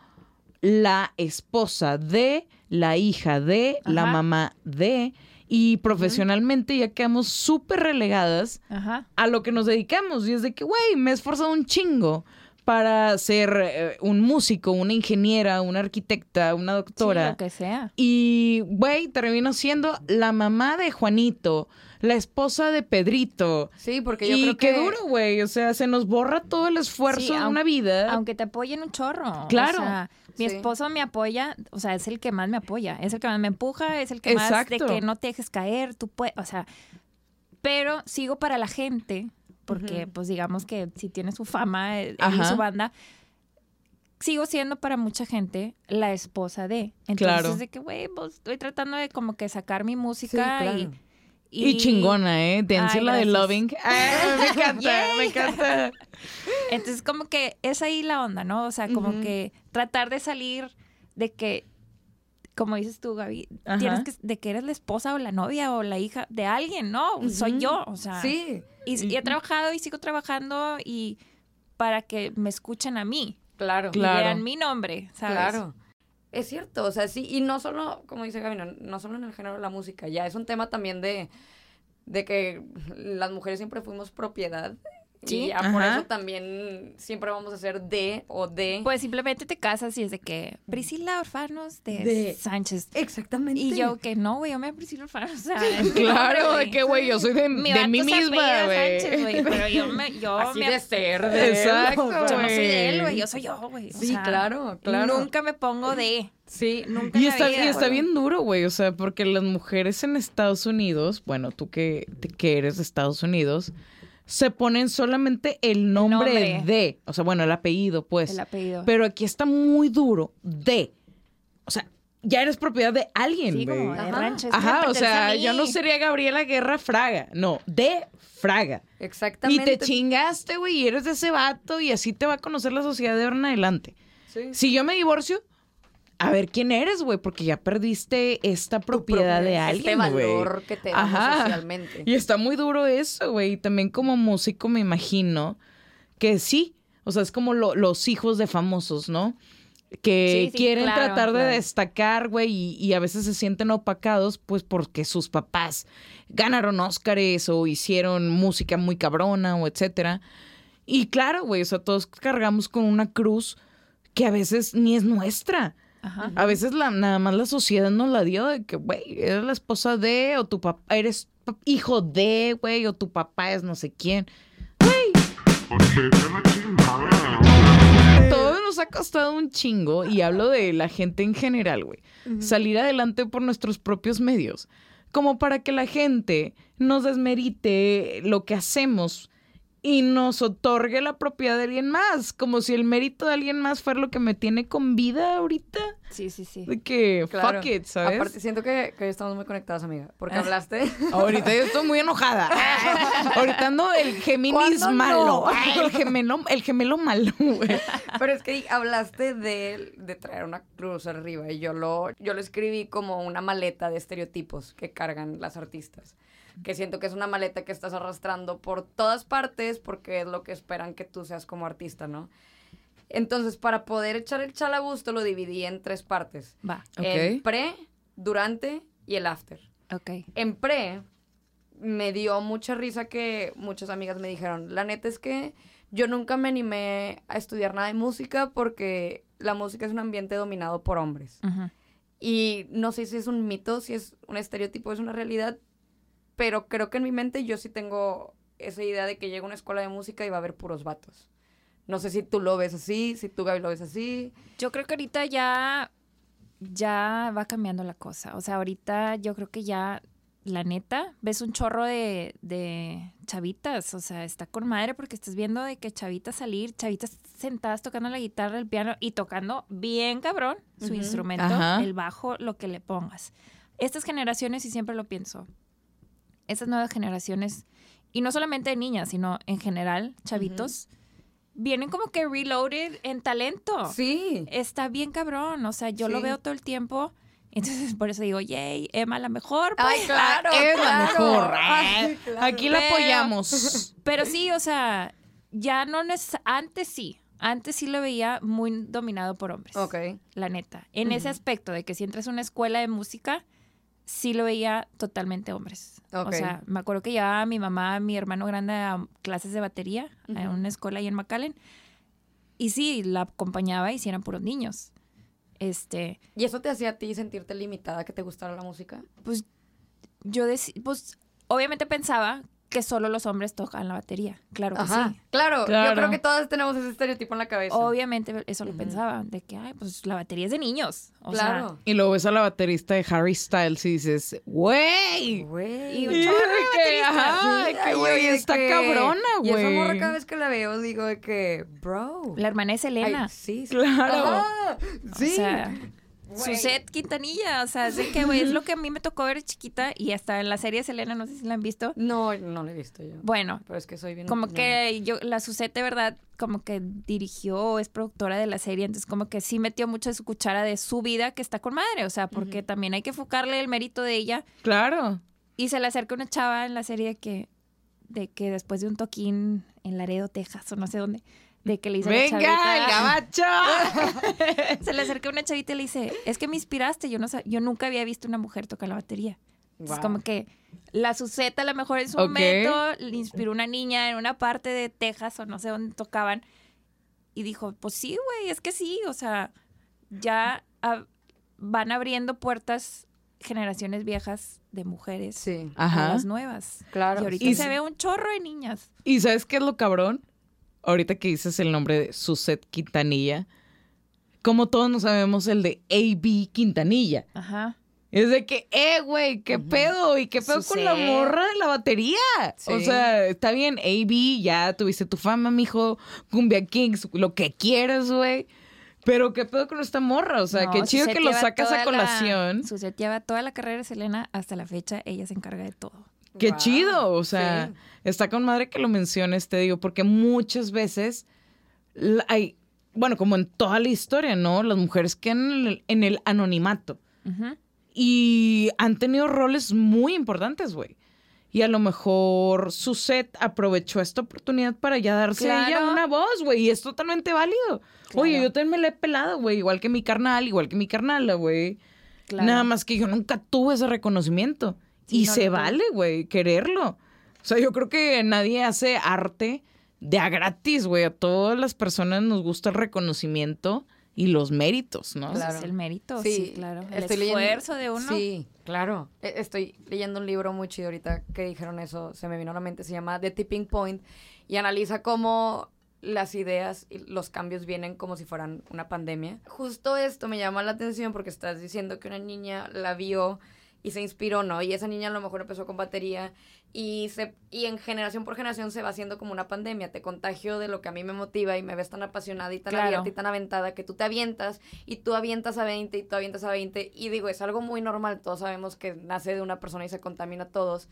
Speaker 3: la esposa de, la hija de, la mamá de, y profesionalmente ya quedamos súper relegadas a lo que nos dedicamos. Y es de que, güey, me he esforzado un chingo para ser un músico, una ingeniera, una arquitecta, una doctora.
Speaker 5: Sí, lo que sea.
Speaker 3: Y, güey, termino siendo la mamá de Juanito, la esposa de Pedrito.
Speaker 4: Sí, porque yo creo que...
Speaker 3: Y qué duro, güey. O sea, se nos borra todo el esfuerzo de una vida.
Speaker 5: Aunque te apoyen un chorro.
Speaker 3: Claro.
Speaker 5: O sea, mi esposo me apoya, o sea, es el que más me apoya, es el que más me empuja, es el que más de que no te dejes caer, tú puedes, o sea, pero sigo para la gente, porque pues digamos que si tiene su fama y su banda, sigo siendo para mucha gente la esposa de. Entonces de que, güey, pues estoy tratando de como que sacar mi música
Speaker 3: y chingona, Dense la de
Speaker 5: gracias.
Speaker 3: Loving. Me encanta, me encanta.
Speaker 5: Entonces, como que es ahí la onda, ¿no? O sea, como que tratar de salir de que, como dices tú, Gaby, tienes que, de que eres la esposa o la novia o la hija de alguien, ¿no? Soy yo, o sea.
Speaker 4: Sí.
Speaker 5: Y he trabajado y sigo trabajando y para que me escuchen a mí.
Speaker 4: Claro.
Speaker 5: Y vean mi nombre, ¿sabes?
Speaker 4: Claro. Es cierto, o sea, sí, y no solo, como dice Gaby, no solo en el género de la música, ya es un tema también de que las mujeres siempre fuimos propiedad.
Speaker 5: Sí.
Speaker 4: Y ya por
Speaker 3: Ajá.
Speaker 4: eso también siempre vamos a ser de o de.
Speaker 5: Pues simplemente te casas y es de que Priscila Orfanos de Sánchez.
Speaker 4: Exactamente.
Speaker 5: Y yo que no, güey, yo me llamo Priscila Orfanos. O sea,
Speaker 3: Claro, de que, güey, yo soy de mí
Speaker 5: vato se
Speaker 3: misma,
Speaker 5: apellida
Speaker 3: güey.
Speaker 5: Sánchez, güey, pero yo
Speaker 4: Así
Speaker 5: me
Speaker 4: de ser, de
Speaker 3: Exacto,
Speaker 4: él, o sea,
Speaker 5: yo no soy de él,
Speaker 3: güey.
Speaker 5: güey, yo soy yo, güey. O
Speaker 4: Sí,
Speaker 5: sea,
Speaker 4: claro.
Speaker 5: Nunca me pongo de.
Speaker 4: Sí,
Speaker 5: Nunca
Speaker 3: Y
Speaker 5: en la
Speaker 3: está,
Speaker 5: vida.
Speaker 3: y está bien duro, güey, o sea, porque las mujeres en Estados Unidos, bueno, tú que eres de Estados Unidos, se ponen solamente el nombre
Speaker 5: nombre.
Speaker 3: de, o sea, bueno, el apellido, pues.
Speaker 5: El apellido.
Speaker 3: Pero aquí está muy duro de, o sea, ya eres propiedad de alguien,
Speaker 5: Sí,
Speaker 3: güey.
Speaker 5: como de
Speaker 4: Ajá.
Speaker 5: rancho. esto me
Speaker 3: Ajá, o
Speaker 5: pertenece a
Speaker 3: sea,
Speaker 5: mí.
Speaker 3: yo no sería Gabriela Guerra Fraga, no, de Fraga. Y
Speaker 4: exactamente.
Speaker 3: te chingaste, güey, y eres de ese vato y así te va a conocer la sociedad de ahora en adelante.
Speaker 4: Sí.
Speaker 3: Si yo me divorcio, a ver quién eres, güey, porque ya perdiste esta propiedad de alguien,
Speaker 4: Este
Speaker 3: güey.
Speaker 4: valor que te damos
Speaker 3: Ajá.
Speaker 4: socialmente.
Speaker 3: Y está muy duro eso, güey. Y también como músico me imagino que sí, o sea, es como los hijos de famosos, ¿no? Que
Speaker 5: Sí, sí,
Speaker 3: quieren
Speaker 5: claro,
Speaker 3: tratar de
Speaker 5: claro.
Speaker 3: destacar, güey, y a veces se sienten opacados, pues porque sus papás ganaron Óscares o hicieron música muy cabrona o etcétera. Y claro, güey, o sea, todos cargamos con una cruz que a veces ni es nuestra.
Speaker 5: Ajá.
Speaker 3: A veces nada más la sociedad nos la dio de que, güey, eres la esposa de, o tu papá, eres hijo de, güey, o tu papá es no sé quién. Todo nos ha costado un chingo, y hablo de la gente en general, güey. Salir adelante por nuestros propios medios. Como para que la gente nos desmerite lo que hacemos y nos otorgue la propiedad de alguien más. Como si el mérito de alguien más fuera lo que me tiene con vida ahorita.
Speaker 5: Sí, sí, sí.
Speaker 3: De que,
Speaker 4: Claro.
Speaker 3: fuck it, ¿sabes?
Speaker 4: Aparte, siento que estamos muy conectadas, amiga. Porque hablaste.
Speaker 3: Ahorita yo estoy muy enojada. Ahorita ando el Géminis
Speaker 4: ¿Cuándo
Speaker 3: malo.
Speaker 4: no?
Speaker 3: Ay, el gemelo malo, güey.
Speaker 4: Pero es que hablaste de traer una cruz arriba. Y yo lo escribí como una maleta de estereotipos que cargan las artistas. Que siento que es una maleta que estás arrastrando por todas partes porque es lo que esperan que tú seas como artista, ¿no? Entonces, para poder echar el chal a gusto, lo dividí en 3 partes.
Speaker 5: Va.
Speaker 4: El
Speaker 3: Ok.
Speaker 4: pre, durante y el after.
Speaker 5: Ok.
Speaker 4: En pre, me dio mucha risa que muchas amigas me dijeron, la neta es que yo nunca me animé a estudiar nada de música porque la música es un ambiente dominado por hombres.
Speaker 5: Ujú.
Speaker 4: Y no sé si es un mito, si es un estereotipo, es una realidad, pero creo que en mi mente yo sí tengo esa idea de que llega a una escuela de música y va a haber puros vatos. No sé si tú lo ves así, si tú, Gaby, lo ves así.
Speaker 5: Yo creo que ahorita ya va cambiando la cosa. O sea, ahorita yo creo que ya, la neta, ves un chorro de chavitas. O sea, está con madre porque estás viendo de que chavitas salir, chavitas sentadas tocando la guitarra, el piano y tocando bien cabrón su
Speaker 4: Ujú.
Speaker 5: instrumento,
Speaker 3: Ajá.
Speaker 5: el bajo, lo que le pongas. Estas generaciones, y siempre lo pienso, estas nuevas generaciones, y no solamente de niñas, sino en general, chavitos, vienen como que reloaded en talento.
Speaker 4: Sí.
Speaker 5: Está bien cabrón, o sea, yo lo
Speaker 4: Sí.
Speaker 5: veo todo el tiempo. Entonces, por eso digo, yay, Emma la mejor. Pues.
Speaker 4: Ay, claro,
Speaker 3: Es la
Speaker 4: claro.
Speaker 3: mejor.
Speaker 4: Ay, claro.
Speaker 3: Aquí la
Speaker 5: Pero-
Speaker 3: apoyamos.
Speaker 5: Pero sí, o sea, ya no antes sí. Antes sí lo veía muy dominado por hombres.
Speaker 4: Ok.
Speaker 5: La neta. En ese aspecto de que si entras a una escuela de música, sí lo veía totalmente hombres.
Speaker 4: Ok.
Speaker 5: O sea, me acuerdo que llevaba a mi mamá, a mi hermano grande a clases de batería en una escuela ahí en McAllen. Y sí, la acompañaba y sí eran puros niños.
Speaker 4: ¿Y eso te hacía a ti sentirte limitada, que te gustara la música?
Speaker 5: Pues yo pues obviamente pensaba que solo los hombres tocan la batería. Claro que
Speaker 4: Ajá.
Speaker 5: sí.
Speaker 4: Claro,
Speaker 3: Claro.
Speaker 4: yo creo que todas tenemos ese estereotipo en la cabeza.
Speaker 5: Obviamente eso lo
Speaker 4: Ujú.
Speaker 5: pensaba, de que, ay, pues la batería es de niños. O
Speaker 4: Claro.
Speaker 3: Y luego ves a la baterista de Harry Styles y dices, güey.
Speaker 4: Güey.
Speaker 5: Y un
Speaker 3: Y
Speaker 5: chorro de
Speaker 3: de que,
Speaker 5: bateristas.
Speaker 3: ajá, de que, güey, está cabrona,
Speaker 4: Y esa morra
Speaker 3: güey.
Speaker 4: cada vez que la veo digo de que, bro.
Speaker 5: La hermana de Selena.
Speaker 4: Ay, sí, sí.
Speaker 3: Claro.
Speaker 4: Ajá, sí.
Speaker 5: O sea,
Speaker 4: Güey.
Speaker 5: Suzette Quintanilla, o sea, es de que, güey, es lo que a mí me tocó ver de chiquita y hasta en la serie de Selena, no sé si la han visto.
Speaker 4: No, no la he visto yo.
Speaker 5: Bueno,
Speaker 4: Pero es que soy bien...
Speaker 5: como
Speaker 4: no.
Speaker 5: que la Suzette de verdad como que dirigió, es productora de la serie, entonces como que sí metió mucho de su cuchara de su vida que está con madre, o sea, porque también hay que enfocarle el mérito de ella.
Speaker 3: Claro.
Speaker 5: Y se le acerca una chava en la serie de que después de un toquín en Laredo, Texas, o no sé dónde, de que le dice
Speaker 3: ¡Venga, el gabacho!
Speaker 5: Se le acerca una chavita y le dice, es que me inspiraste, yo nunca había visto una mujer tocar la batería. Es como que la Suzette a lo mejor en su momento le inspiró una niña en una parte de Texas o no sé dónde tocaban y dijo, pues sí, güey, es que sí, o sea, ya van abriendo puertas generaciones viejas de mujeres
Speaker 4: Sí.
Speaker 5: a las nuevas.
Speaker 4: Claro.
Speaker 5: Y ahorita
Speaker 3: Y
Speaker 5: se
Speaker 3: sí.
Speaker 5: ve un chorro de niñas.
Speaker 3: ¿Y sabes qué es lo cabrón? Ahorita que dices el nombre de Suzette Quintanilla, como todos no sabemos el de A.B. Quintanilla.
Speaker 5: Ajá.
Speaker 3: Es de que, güey, ¿qué pedo? ¿Y qué pedo con la
Speaker 5: Suzette.
Speaker 3: morra de la batería?
Speaker 4: Sí.
Speaker 3: O sea, está bien, A.B., ya tuviste tu fama, mijo, Cumbia Kings, lo que quieras, güey. Pero ¿qué pedo con esta morra? O sea,
Speaker 5: No,
Speaker 3: qué chido
Speaker 5: Suzette
Speaker 3: que lo
Speaker 5: lleva
Speaker 3: sacas a
Speaker 5: toda
Speaker 3: colación.
Speaker 5: Suzette lleva toda la carrera de Selena hasta la fecha, ella se encarga de todo.
Speaker 3: Qué
Speaker 4: Wow.
Speaker 3: chido, o sea,
Speaker 4: Sí.
Speaker 3: está con madre que lo menciones, te digo, porque muchas veces hay, bueno, como en toda la historia, ¿no? Las mujeres quedan en el anonimato
Speaker 5: Ujú.
Speaker 3: y han tenido roles muy importantes, güey. Y a lo mejor Suzette aprovechó esta oportunidad para ya darse a ella
Speaker 5: Claro.
Speaker 3: una voz, güey, y es totalmente válido. Oye, yo también me la he pelado, güey, igual que mi carnal, igual que mi carnala, güey.
Speaker 5: Claro.
Speaker 3: Nada más que yo nunca tuve ese reconocimiento.
Speaker 5: Sí,
Speaker 3: Y
Speaker 5: no
Speaker 3: se
Speaker 5: lo tuve.
Speaker 3: vale, güey, quererlo. O sea, yo creo que nadie hace arte de a gratis, güey. A todas las personas nos gusta el reconocimiento y los méritos, ¿no?
Speaker 5: Pues
Speaker 4: Claro.
Speaker 5: es el mérito, sí, claro. El
Speaker 4: estoy leyendo-
Speaker 5: esfuerzo de uno.
Speaker 4: Sí, claro. Estoy leyendo un libro muy chido ahorita que dijeron eso, se me vino a la mente, se llama The Tipping Point y analiza cómo las ideas y los cambios vienen como si fueran una pandemia. Justo esto me llama la atención porque estás diciendo que una niña la vio y se inspiró, ¿no? Y esa niña a lo mejor empezó con batería y en generación por generación se va haciendo como una pandemia. Te contagio de lo que a mí me motiva y me ves tan apasionada y tan
Speaker 5: Claro.
Speaker 4: abierta y tan aventada que tú te avientas y tú avientas a 20 y tú avientas a 20. Y digo, es algo muy normal. Todos sabemos que nace de una persona y se contamina a todos.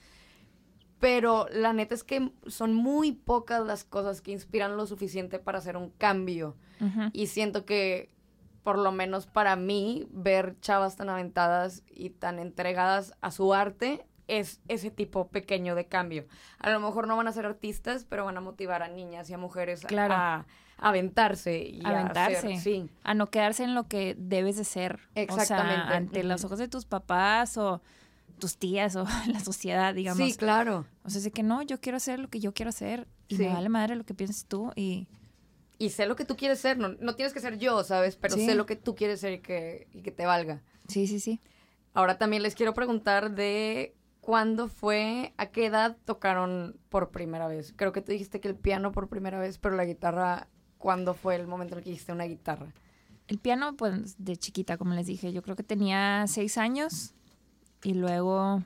Speaker 4: Pero la neta es que son muy pocas las cosas que inspiran lo suficiente para hacer un cambio.
Speaker 5: Ujú.
Speaker 4: Y siento que, por lo menos para mí, ver chavas tan aventadas y tan entregadas a su arte es ese tipo pequeño de cambio. A lo mejor no van a ser artistas, pero van a motivar a niñas y a mujeres
Speaker 5: Claro.
Speaker 4: a aventarse y a
Speaker 5: Aventarse.
Speaker 4: hacer, sí.
Speaker 5: A no quedarse en lo que debes de ser.
Speaker 4: Exactamente.
Speaker 5: O sea, ante los ojos de tus papás o tus tías o la sociedad, digamos.
Speaker 4: Sí, claro.
Speaker 5: O sea, es de que no, yo quiero hacer lo que yo quiero hacer y
Speaker 4: Sí.
Speaker 5: me vale madre lo que pienses tú y
Speaker 4: Y sé lo que tú quieres ser. No tienes que ser yo, ¿sabes? Pero
Speaker 5: Sí.
Speaker 4: sé lo que tú quieres ser y que te valga.
Speaker 5: sí, sí, sí.
Speaker 4: Ahora también les quiero preguntar de cuándo fue, a qué edad tocaron por primera vez. Creo que tú dijiste que el piano por primera vez, pero la guitarra, ¿cuándo fue el momento en el que dijiste una guitarra?
Speaker 5: El piano, pues, de chiquita, como les dije, yo creo que tenía 6 años y luego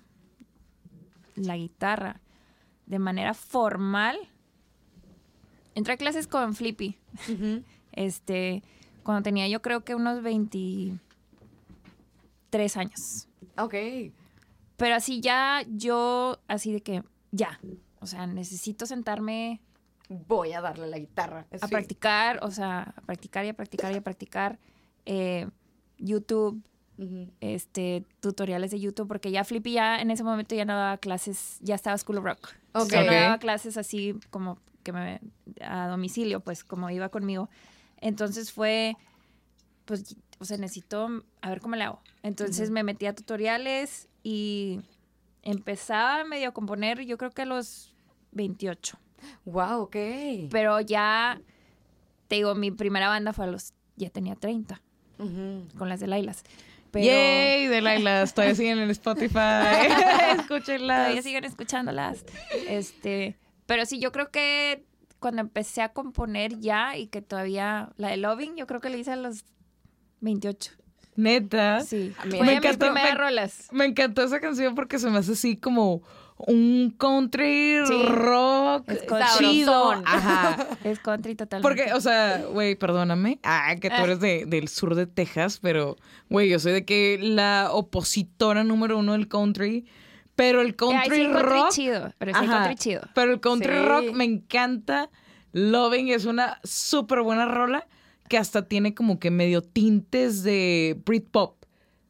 Speaker 5: la guitarra, de manera formal, entré a clases con Flippy, cuando tenía yo creo que unos 23 años.
Speaker 4: Ok.
Speaker 5: Pero así ya, yo, así de que, ya, o sea, necesito sentarme
Speaker 4: Voy a darle la guitarra.
Speaker 5: a practicar, o sea, a practicar y a practicar y a practicar. YouTube,
Speaker 4: Ujú.
Speaker 5: tutoriales de YouTube, porque ya Flippy ya en ese momento ya no daba clases, ya estaba School of Rock.
Speaker 4: Ok.
Speaker 5: Ya no
Speaker 3: Ok.
Speaker 5: daba clases así como que a domicilio, pues como iba conmigo. Entonces fue, pues, o sea, necesito a ver cómo le hago. Entonces me metí a tutoriales y empezaba medio a componer, yo creo que a los 28.
Speaker 4: Wow, ok.
Speaker 5: Pero ya, te digo, mi primera banda fue ya tenía 30,
Speaker 4: Ujú.
Speaker 5: con las de Lailas. Pero
Speaker 3: ¡Yay! De Lailas, todavía siguen en Spotify. Escúchenlas.
Speaker 5: todavía siguen escuchándolas. Pero sí, yo creo que cuando empecé a componer ya y que todavía, la de Loving, yo creo que la hice a los 28.
Speaker 3: Neta.
Speaker 5: Sí,
Speaker 4: A mí
Speaker 5: fue
Speaker 4: me
Speaker 5: de mis
Speaker 3: encantó,
Speaker 5: primeras rolas.
Speaker 3: Me encantó esa canción porque se me hace así como un country
Speaker 5: Sí.
Speaker 3: rock
Speaker 5: Es
Speaker 3: chido.
Speaker 4: sabrosón.
Speaker 3: Ajá.
Speaker 5: Es country totalmente.
Speaker 3: Porque, o sea, güey, perdóname. Que tú eres del sur de Texas, pero, güey, yo soy de que la opositora número 1 del country. Pero el
Speaker 5: Ahí sí
Speaker 3: country
Speaker 5: hay country
Speaker 3: rock.
Speaker 5: chido, pero sí hay
Speaker 3: Ajá.
Speaker 5: country chido.
Speaker 3: Pero el country
Speaker 4: Sí.
Speaker 3: rock me encanta. Loving es una súper buena rola que hasta tiene como que medio tintes de Britpop.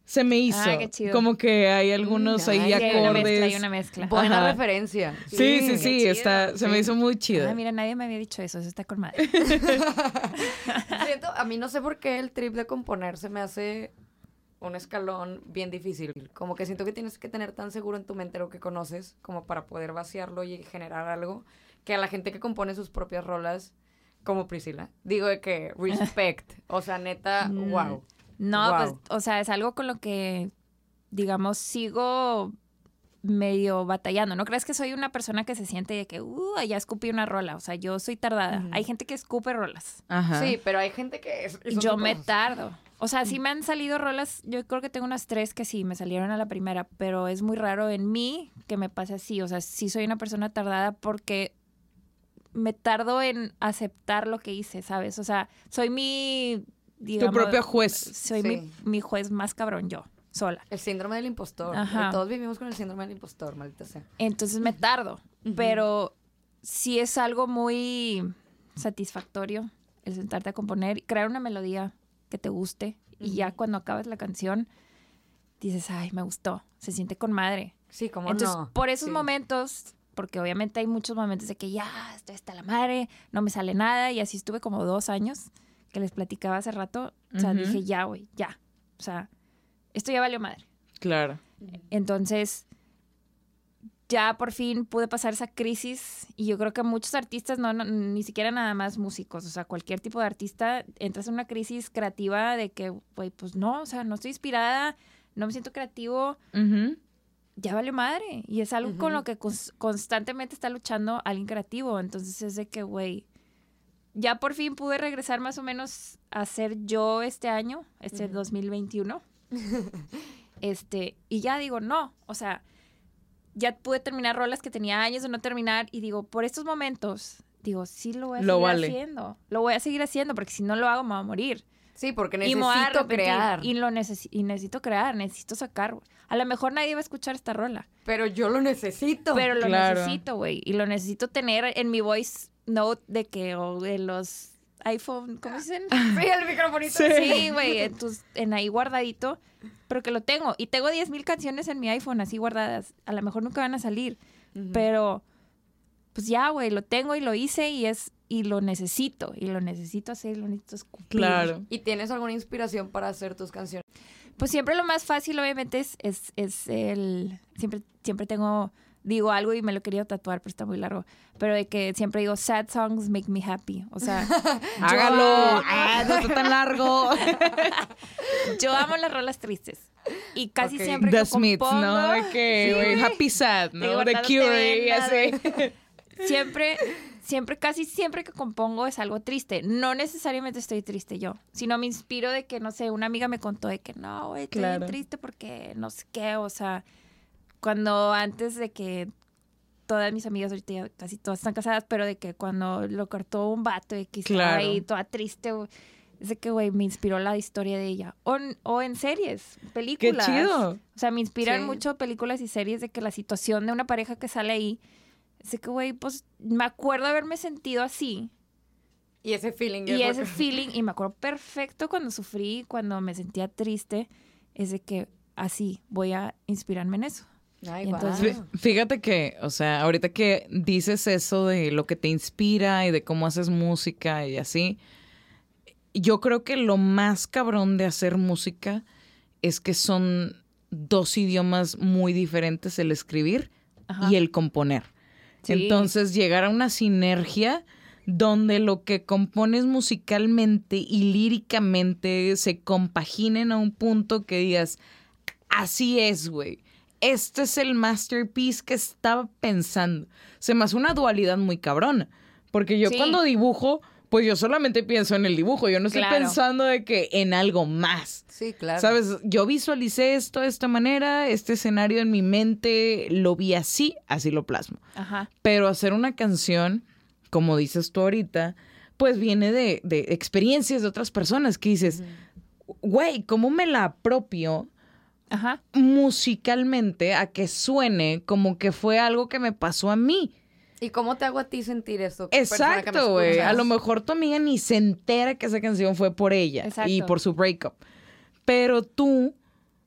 Speaker 3: Se me hizo.
Speaker 5: Ah, qué chido.
Speaker 3: Como que hay algunos ahí
Speaker 4: Ay,
Speaker 3: acordes.
Speaker 5: Hay una mezcla.
Speaker 4: Buena
Speaker 3: Ajá.
Speaker 4: referencia.
Speaker 3: Sí,
Speaker 5: qué
Speaker 3: sí,
Speaker 5: chido.
Speaker 3: se me hizo muy chido.
Speaker 5: Ah, mira, nadie me había dicho eso está con madre.
Speaker 4: Siento, a mí no sé por qué el trip de componer se me hace un escalón bien difícil. Como que siento que tienes que tener tan seguro en tu mente lo que conoces como para poder vaciarlo y generar algo que a la gente que compone sus propias rolas, como Priscila, digo de que respect. O sea, neta, wow.
Speaker 5: No,
Speaker 4: Wow.
Speaker 5: pues, o sea, es algo con lo que, digamos, sigo medio batallando. No crees que soy una persona que se siente de que, ya escupí una rola. O sea, yo soy tardada.
Speaker 4: Ujú.
Speaker 5: Hay gente que escupe rolas.
Speaker 3: Ajá.
Speaker 4: Sí, pero hay gente que es... son
Speaker 5: Yo me
Speaker 4: súper-
Speaker 5: tardo. O sea, sí me han salido rolas, yo creo que tengo unas 3 que sí, me salieron a la primera, pero es muy raro en mí que me pase así. O sea, sí soy una persona tardada porque me tardo en aceptar lo que hice, ¿sabes? O sea, soy mi... digamos,
Speaker 3: Tu propio juez.
Speaker 5: Soy
Speaker 4: Sí.
Speaker 5: mi juez más cabrón yo, sola.
Speaker 4: El síndrome del impostor.
Speaker 5: Ajá.
Speaker 4: Y todos vivimos con el síndrome del impostor, maldita sea.
Speaker 5: Entonces me tardo, pero sí es algo muy satisfactorio el sentarte a componer, crear una melodía que te guste y ya cuando acabas la canción dices, ay, me gustó, se siente con madre.
Speaker 4: Sí, como
Speaker 5: Entonces,
Speaker 4: no.
Speaker 5: por esos
Speaker 4: Sí.
Speaker 5: momentos, porque obviamente hay muchos momentos de que ya, estoy hasta la madre, no me sale nada y así estuve como 2 años que les platicaba hace rato, o sea,
Speaker 3: Ujú.
Speaker 5: dije, ya, güey, ya, o sea, esto ya valió madre.
Speaker 3: Claro.
Speaker 5: Entonces, ya por fin pude pasar esa crisis y yo creo que muchos artistas, ni siquiera nada más músicos, o sea, cualquier tipo de artista, entras en una crisis creativa de que, güey, pues no, o sea, no estoy inspirada, no me siento creativo,
Speaker 3: Ujú.
Speaker 5: ya vale madre. Y es algo con
Speaker 4: Ujú.
Speaker 5: lo que constantemente está luchando alguien creativo. Entonces es de que, güey, ya por fin pude regresar más o menos a ser yo este año, 2021. Y ya digo, no, o sea, ya pude terminar rolas que tenía años de no terminar y digo, por estos momentos, digo, sí lo voy a
Speaker 3: Lo
Speaker 5: seguir
Speaker 3: vale.
Speaker 5: haciendo. Lo voy a seguir haciendo porque si no lo hago me voy a morir.
Speaker 4: Sí, porque
Speaker 5: Y me voy a
Speaker 4: necesito
Speaker 5: arrepentir.
Speaker 4: crear.
Speaker 5: Y necesito crear, necesito sacar. A lo mejor nadie va a escuchar esta rola.
Speaker 4: Pero yo lo necesito.
Speaker 5: Pero lo
Speaker 3: Claro.
Speaker 5: necesito, güey. Y lo necesito tener en mi voice note de que, o de los iPhone, ¿cómo se dicen?
Speaker 4: Sí, el microfonito.
Speaker 5: Sí, güey, en ahí guardadito. Pero que lo tengo. Y tengo 10,000 canciones en mi iPhone así guardadas. A lo mejor nunca van a salir. Pero, pues ya, güey, lo tengo y lo hice y lo necesito. Y lo necesito hacer, lo necesito escupir.
Speaker 3: Claro.
Speaker 4: ¿Y tienes alguna inspiración para hacer tus canciones?
Speaker 5: Pues siempre lo más fácil, obviamente, es el... Siempre digo algo y me lo quería tatuar, pero está muy largo. Pero de que siempre digo, sad songs make me happy. O sea,
Speaker 3: Hágalo. No está tan largo.
Speaker 5: yo amo las rolas tristes. Y casi
Speaker 4: Ok.
Speaker 5: siempre
Speaker 3: The
Speaker 5: que
Speaker 3: Smiths,
Speaker 5: compongo...
Speaker 3: ¿no? De que,
Speaker 5: Sí,
Speaker 3: güey,
Speaker 5: güey.
Speaker 3: Happy Sad, ¿no?
Speaker 5: Digo,
Speaker 3: The
Speaker 5: no te
Speaker 3: Cure y
Speaker 5: vengas,
Speaker 3: así.
Speaker 5: casi siempre que compongo es algo triste. No necesariamente estoy triste yo, sino me inspiro de que, no sé, una amiga me contó de que no, güey, estoy bien
Speaker 3: Claro.
Speaker 5: triste porque no sé qué, o sea, cuando antes de que todas mis amigas ahorita ya casi todas están casadas, pero de que cuando lo cortó un vato y que estaba
Speaker 3: Claro.
Speaker 5: ahí toda triste, güey, es de que, güey, me inspiró la historia de ella. O en series,
Speaker 3: Qué
Speaker 5: películas.
Speaker 3: chido.
Speaker 5: O sea, me inspiran
Speaker 4: Sí.
Speaker 5: mucho películas y series de que la situación de una pareja que sale ahí, es de que, güey, pues me acuerdo haberme sentido así.
Speaker 4: Y ese feeling.
Speaker 5: Y ese feeling, y me acuerdo perfecto cuando sufrí, cuando me sentía triste, es de que así voy a inspirarme en eso.
Speaker 4: Ay,
Speaker 5: Y
Speaker 4: guau.
Speaker 5: entonces-
Speaker 3: Fíjate que, o sea, ahorita que dices eso de lo que te inspira y de cómo haces música y así, yo creo que lo más cabrón de hacer música es que son 2 idiomas muy diferentes, el escribir
Speaker 5: Ajá.
Speaker 3: y el componer.
Speaker 5: Sí.
Speaker 3: Entonces, llegar a una sinergia donde lo que compones musicalmente y líricamente se compaginen a un punto que digas, así es, güey. Este es el masterpiece que estaba pensando. Se me hace una dualidad muy cabrona. Porque yo
Speaker 5: Sí.
Speaker 3: cuando dibujo, pues yo solamente pienso en el dibujo. Yo no estoy
Speaker 5: Claro.
Speaker 3: pensando de que en algo más.
Speaker 4: Sí, claro.
Speaker 3: ¿Sabes? Yo visualicé esto de esta manera, este escenario en mi mente lo vi así lo plasmo.
Speaker 5: Ajá.
Speaker 3: Pero hacer una canción, como dices tú ahorita, pues viene de experiencias de otras personas que dices, güey, ¿cómo me la apropio
Speaker 5: Ajá.
Speaker 3: musicalmente a que suene como que fue algo que me pasó a mí?
Speaker 4: ¿Y cómo te hago a ti sentir eso? persona que me
Speaker 3: Exacto, güey.
Speaker 4: escuchas?
Speaker 3: A lo mejor tu amiga ni se entera que esa canción fue por ella
Speaker 5: Exacto.
Speaker 3: y por su breakup. Pero tú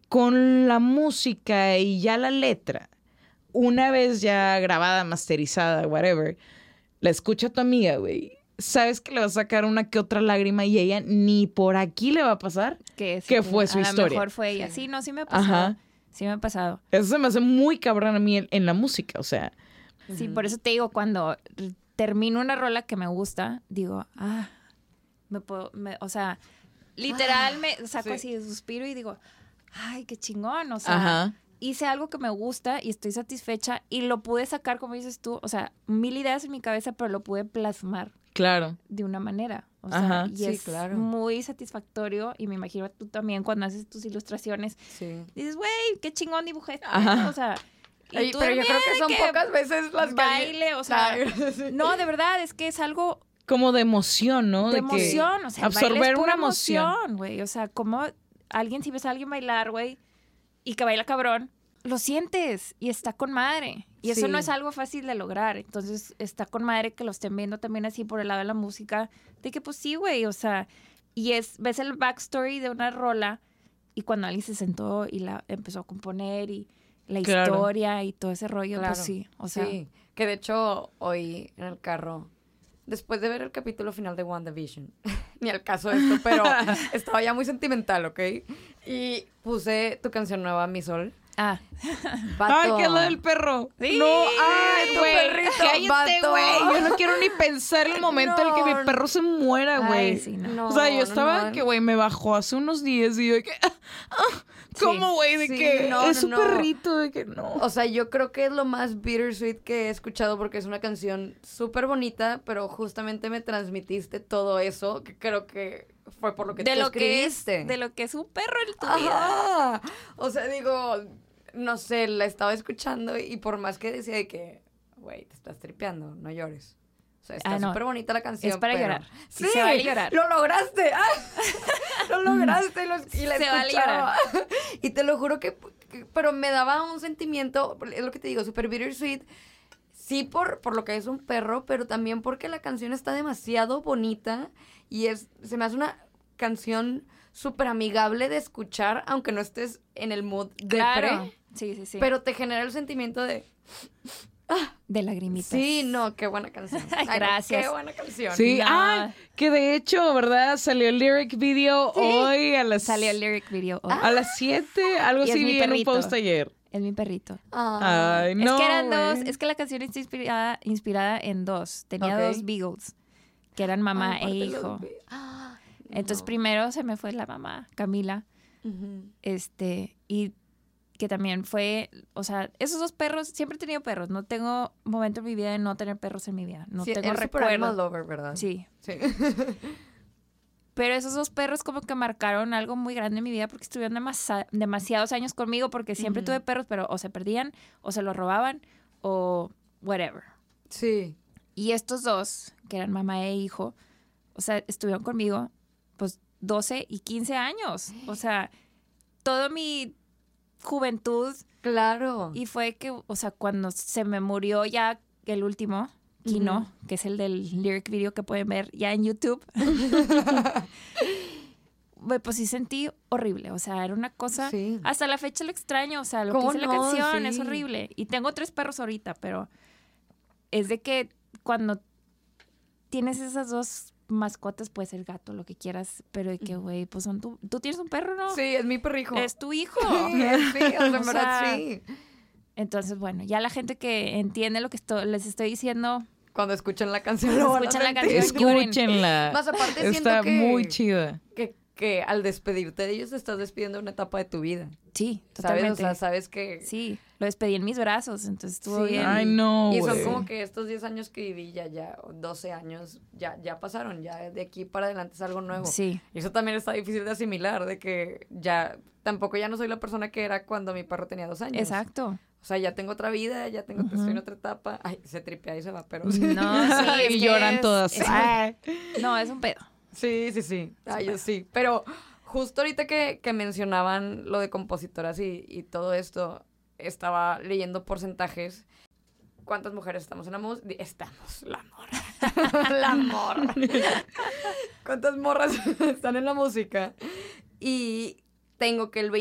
Speaker 3: con la música y ya la letra, una vez ya grabada, masterizada, whatever, la escucha tu amiga, güey. Sabes que le va a sacar una que otra lágrima y ella ni por aquí le va a pasar que fue su historia.
Speaker 5: A lo mejor fue ella. Sí, no, sí me ha pasado.
Speaker 3: Ajá.
Speaker 5: Sí me ha pasado.
Speaker 3: Eso se me hace muy cabrón a mí en la música, o sea.
Speaker 5: Sí, por eso te digo, cuando termino una rola que me gusta, digo, o sea, literal me saco así de suspiro y digo, ay, qué chingón, o sea,
Speaker 3: Ajá.
Speaker 5: hice algo que me gusta y estoy satisfecha y lo pude sacar, como dices tú, o sea, 1000 ideas en mi cabeza, pero lo pude plasmar
Speaker 3: Claro.
Speaker 5: de una manera, o sea,
Speaker 3: Ajá.
Speaker 5: y
Speaker 4: Sí,
Speaker 5: es
Speaker 4: claro.
Speaker 5: muy satisfactorio y me imagino tú también cuando haces tus ilustraciones,
Speaker 4: Sí.
Speaker 5: dices, güey, qué chingón dibujé esto,
Speaker 3: Ajá.
Speaker 5: o sea...
Speaker 4: Ay,
Speaker 5: tú
Speaker 4: pero yo creo que son
Speaker 5: también,
Speaker 4: pocas veces las que...
Speaker 5: baile, o sea,
Speaker 4: Ay,
Speaker 5: no, de verdad, es que es algo
Speaker 3: Como de emoción, ¿no?
Speaker 5: de
Speaker 3: que
Speaker 5: emoción, o sea, el baile
Speaker 3: absorber
Speaker 5: es pura
Speaker 3: una emoción.
Speaker 5: güey, o sea, como alguien, si ves a alguien bailar, güey, y que baila cabrón, lo sientes y está con madre, y eso
Speaker 4: Sí.
Speaker 5: no es algo fácil de lograr, entonces está con madre que lo estén viendo también así por el lado de la música, de que pues sí, güey, o sea, y ves el backstory de una rola, y cuando alguien se sentó y la empezó a componer, y la
Speaker 3: Claro.
Speaker 5: historia y todo ese rollo,
Speaker 4: Claro.
Speaker 5: pues sí, o sea,
Speaker 4: Sí, que de hecho hoy en el carro, después de ver el capítulo final de WandaVision, ni al caso esto, pero estaba ya muy sentimental, ¿ok? Y puse tu canción nueva, Mi Sol.
Speaker 5: ah,
Speaker 4: Vato.
Speaker 3: Ay, ¿qué es lo del perro?
Speaker 5: Sí,
Speaker 3: No, ay,
Speaker 4: tu
Speaker 3: güey.
Speaker 4: perrito,
Speaker 3: Cállate,
Speaker 4: vato.
Speaker 3: güey. Yo no quiero ni pensar el momento en el que mi
Speaker 4: No.
Speaker 3: perro se muera, güey.
Speaker 5: ay, sí, no.
Speaker 4: No,
Speaker 3: O sea, yo
Speaker 4: no,
Speaker 3: estaba
Speaker 4: no.
Speaker 3: que, güey, me bajó hace unos días y yo de que... ¿Cómo, güey? De
Speaker 4: Sí,
Speaker 3: que
Speaker 4: no,
Speaker 3: es
Speaker 4: no,
Speaker 3: su
Speaker 4: no.
Speaker 3: perrito, de que no.
Speaker 4: O sea, yo creo que es lo más bittersweet que he escuchado porque es una canción súper bonita, pero justamente me transmitiste todo eso, que creo que fue por lo que
Speaker 5: de
Speaker 4: tú
Speaker 5: lo que es
Speaker 4: escribiste.
Speaker 5: de lo que es un perro en tu vida.
Speaker 4: Ajá. O sea, digo, no sé, la estaba escuchando y por más que decía de que, güey, te estás tripeando, no llores. O sea, está
Speaker 5: Ah, no.
Speaker 4: súper bonita la canción.
Speaker 5: Es para
Speaker 4: pero-
Speaker 5: llorar.
Speaker 4: Sí,
Speaker 5: Se vale llorar.
Speaker 4: lo lograste. ¡Ah! Lo lograste y la
Speaker 5: Se vale
Speaker 4: escuchaba. Y te lo juro pero me daba un sentimiento, es lo que te digo, súper bittersweet. Sí, por lo que es un perro, pero también porque la canción está demasiado bonita y se me hace una canción súper amigable de escuchar, aunque no estés en el mood de
Speaker 5: Claro. Sí, sí, sí.
Speaker 4: pero te genera el sentimiento de,
Speaker 5: de lagrimitas.
Speaker 4: sí, no, qué buena canción.
Speaker 5: Ay,
Speaker 4: no,
Speaker 5: gracias.
Speaker 4: qué buena canción.
Speaker 3: Sí,
Speaker 5: No.
Speaker 3: que de hecho, ¿verdad? Salió el lyric video hoy a las...
Speaker 5: Salió el lyric video hoy.
Speaker 3: A las 7, algo
Speaker 5: Y es
Speaker 3: así
Speaker 5: mi
Speaker 3: vi en un
Speaker 5: perrito.
Speaker 3: post ayer.
Speaker 5: Es mi perrito.
Speaker 4: Ah.
Speaker 3: Ay, no,
Speaker 5: es que eran
Speaker 3: güey.
Speaker 5: dos, es que la canción está inspirada en dos. Tenía
Speaker 4: Ok.
Speaker 5: dos beagles, que eran mamá
Speaker 4: Ay,
Speaker 5: e
Speaker 4: aparte
Speaker 5: hijo.
Speaker 4: los ah,
Speaker 5: Entonces
Speaker 4: no.
Speaker 5: primero se me fue la mamá, Camila,
Speaker 4: Ujú.
Speaker 5: y que también fue, o sea, esos dos perros, siempre he tenido perros, no tengo momento en mi vida de no tener perros en mi vida, no
Speaker 4: Sí,
Speaker 5: tengo
Speaker 4: eres super animal
Speaker 5: recuerdo.
Speaker 4: lover, ¿verdad?
Speaker 5: Sí,
Speaker 4: Sí.
Speaker 5: pero esos dos perros como que marcaron algo muy grande en mi vida porque estuvieron demasiados años conmigo porque siempre
Speaker 4: Ujú.
Speaker 5: tuve perros, pero o se perdían, o se los robaban, o whatever.
Speaker 4: Sí.
Speaker 5: Y estos dos, que eran mamá e hijo, o sea, estuvieron conmigo pues 12 y 15 años. O sea, toda mi juventud.
Speaker 4: Claro.
Speaker 5: Y fue que, o sea, cuando se me murió ya el último, Kino, que es el del lyric video que pueden ver ya en YouTube, pues sí sentí horrible. O sea, era una cosa...
Speaker 4: Sí.
Speaker 5: Hasta la fecha lo extraño. O sea, lo que
Speaker 4: ¿Cómo
Speaker 5: hice la
Speaker 4: no?
Speaker 5: canción es
Speaker 4: Sí.
Speaker 5: horrible. Y tengo 3 perros ahorita, pero es de que cuando tienes esas dos mascotas, puede ser gato, lo que quieras, pero de que, güey, pues son tú tienes un perro, ¿no?
Speaker 4: Sí, es mi perrijo.
Speaker 5: Es tu hijo.
Speaker 4: Sí, o sea, en
Speaker 5: O
Speaker 4: verdad
Speaker 5: sea,
Speaker 4: sí.
Speaker 5: Entonces, bueno, ya la gente que entiende lo que les estoy diciendo,
Speaker 4: Cuando escuchan la canción
Speaker 5: Cuando
Speaker 4: lo van a
Speaker 5: escuchan la
Speaker 4: sentir.
Speaker 5: canción, lloren.
Speaker 3: Escúchenla.
Speaker 4: Más aparte siento
Speaker 3: Está
Speaker 4: que-
Speaker 3: muy chida.
Speaker 4: Que al despedirte de ellos te estás despidiendo de una etapa de tu vida.
Speaker 5: sí,
Speaker 4: ¿Sabes?
Speaker 5: totalmente.
Speaker 4: O sea, sabes que...
Speaker 5: Sí, lo despedí en mis brazos, entonces estuvo
Speaker 4: Sí.
Speaker 5: bien.
Speaker 3: Ay, no,
Speaker 4: Y son
Speaker 3: güey.
Speaker 4: como que estos 10 años que viví ya, o 12 años, ya pasaron, ya de aquí para adelante es algo nuevo.
Speaker 5: Sí,
Speaker 4: Y eso también está difícil de asimilar, de que tampoco ya no soy la persona que era cuando mi perro tenía 2 años.
Speaker 5: exacto.
Speaker 4: O sea, ya tengo otra vida, estoy en otra etapa. Ay, se tripea y se va, pero...
Speaker 5: No, sí, es
Speaker 3: Y
Speaker 5: que
Speaker 3: lloran todas.
Speaker 5: No, es un pedo.
Speaker 4: Sí. Ay, yo sí. Pero justo ahorita que mencionaban lo de compositoras y todo esto, estaba leyendo porcentajes. ¿Cuántas mujeres estamos en la música? Estamos, la morra. La morra. ¿Cuántas morras están en la música? Y tengo que el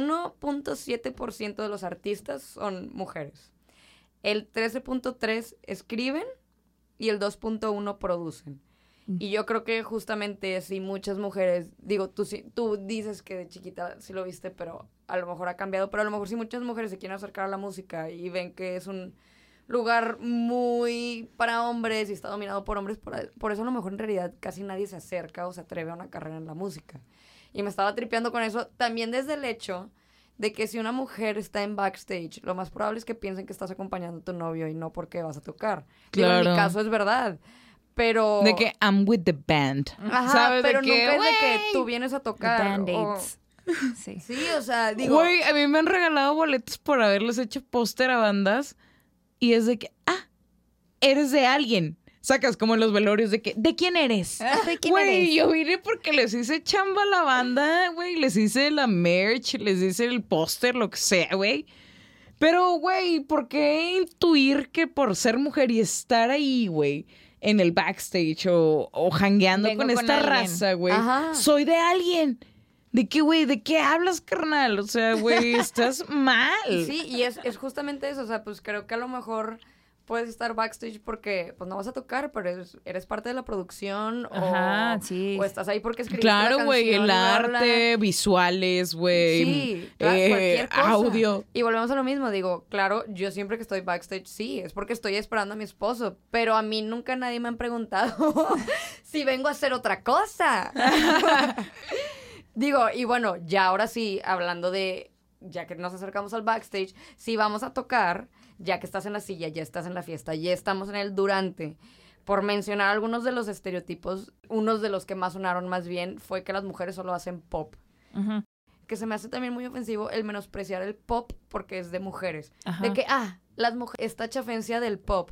Speaker 4: 21.7% de los artistas son mujeres. El 13.3% escriben y el 2.1% producen. Y yo creo que justamente si muchas mujeres, digo, tú dices que de chiquita sí lo viste, pero a lo mejor ha cambiado, pero a lo mejor si muchas mujeres se quieren acercar a la música y ven que es un lugar muy para hombres y está dominado por hombres, por eso a lo mejor en realidad casi nadie se acerca o se atreve a una carrera en la música. Y me estaba tripeando con eso también desde el hecho de que si una mujer está en backstage, lo más probable es que piensen que estás acompañando a tu novio y no porque vas a tocar. Digo, en mi caso es verdad. Pero...
Speaker 3: De que I'm with the band.
Speaker 4: Ajá,
Speaker 3: ¿sabes?
Speaker 4: pero
Speaker 3: de
Speaker 4: nunca
Speaker 3: que,
Speaker 4: es de que
Speaker 5: wey,
Speaker 4: tú vienes a tocar.
Speaker 5: Band-Aids. Sí.
Speaker 4: Sí, o sea, digo...
Speaker 3: Güey, a mí me han regalado boletos por haberles hecho póster a bandas y es de que, eres de alguien. Sacas como en los velorios de que, ¿de quién eres?
Speaker 5: ¿De quién
Speaker 3: Güey,
Speaker 5: eres?
Speaker 3: yo vine porque les hice chamba a la banda, güey. Les hice la merch, les hice el póster, lo que sea, güey. Pero, güey, ¿por qué intuir que por ser mujer y estar ahí, güey, en el backstage o jangueando
Speaker 5: Vengo
Speaker 3: con
Speaker 5: con
Speaker 3: esta
Speaker 5: alguien.
Speaker 3: raza, güey,
Speaker 4: Ajá.
Speaker 3: soy de alguien? ¿De qué, güey? ¿De qué hablas, carnal? O sea, güey, estás mal.
Speaker 4: Sí, y es justamente eso, o sea, pues creo que a lo mejor puedes estar backstage porque pues no vas a tocar, pero eres parte de la producción
Speaker 5: Ajá,
Speaker 4: o,
Speaker 5: sí.
Speaker 4: o estás ahí porque escribiste la
Speaker 3: Claro, güey,
Speaker 4: canción,
Speaker 3: el
Speaker 4: bla, bla, bla.
Speaker 3: arte, visuales, güey.
Speaker 4: Sí, claro, cualquier cosa.
Speaker 3: Audio.
Speaker 4: Y volvemos a lo mismo, digo, claro, yo siempre que estoy backstage, sí, es porque estoy esperando a mi esposo, pero a mí nunca nadie me han preguntado si vengo a hacer otra cosa. Digo, y bueno, ya ahora sí, hablando de, ya que nos acercamos al backstage, si vamos a tocar, ya que estás en la silla, ya estás en la fiesta, ya estamos en el durante. Por mencionar algunos de los estereotipos, unos de los que más sonaron más bien fue que las mujeres solo hacen pop.
Speaker 5: Ujú.
Speaker 4: Que se me hace también muy ofensivo el menospreciar el pop porque es de mujeres.
Speaker 5: Ajá.
Speaker 4: De que, las mujeres, esta chafencia del pop.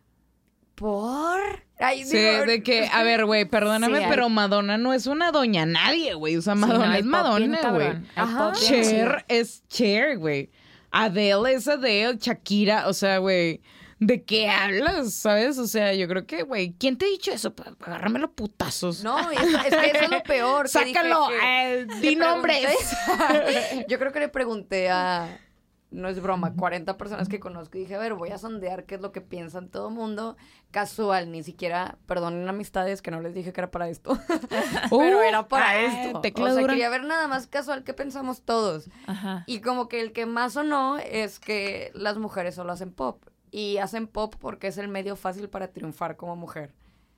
Speaker 4: ¿Por? Ay,
Speaker 3: Sí,
Speaker 4: digo,
Speaker 3: de que, a ver, güey, perdóname,
Speaker 5: Sí, hay-
Speaker 3: pero Madonna no es una doña nadie, güey. O sea,
Speaker 5: Sí,
Speaker 3: Madonna
Speaker 5: no, hay
Speaker 3: es
Speaker 5: pop bien
Speaker 3: Madonna, güey.
Speaker 5: cabrón. Hay
Speaker 4: Ajá.
Speaker 5: pop bien chido.
Speaker 3: Cher es Cher, güey. Adele es Adele, Shakira, o sea, güey, ¿de qué hablas, sabes? O sea, yo creo que, güey, ¿quién te ha dicho eso? Pues, agárramelo putazos.
Speaker 4: No, es que eso es lo peor. que
Speaker 3: Sácalo,
Speaker 4: dije que
Speaker 3: di
Speaker 4: le
Speaker 3: nombres.
Speaker 4: pregunté- Yo creo que le pregunté a, no es broma, 40 personas que conozco y dije, a ver, voy a sondear qué es lo que piensan todo el mundo. Casual, ni siquiera, perdonen amistades que no les dije que era para esto. Pero era para esto.
Speaker 3: tecla
Speaker 4: O sea,
Speaker 3: dura.
Speaker 4: quería ver nada más casual qué pensamos todos.
Speaker 5: Ajá.
Speaker 4: Y como que el que más sonó es que las mujeres solo hacen pop. Y hacen pop porque es el medio fácil para triunfar como mujer.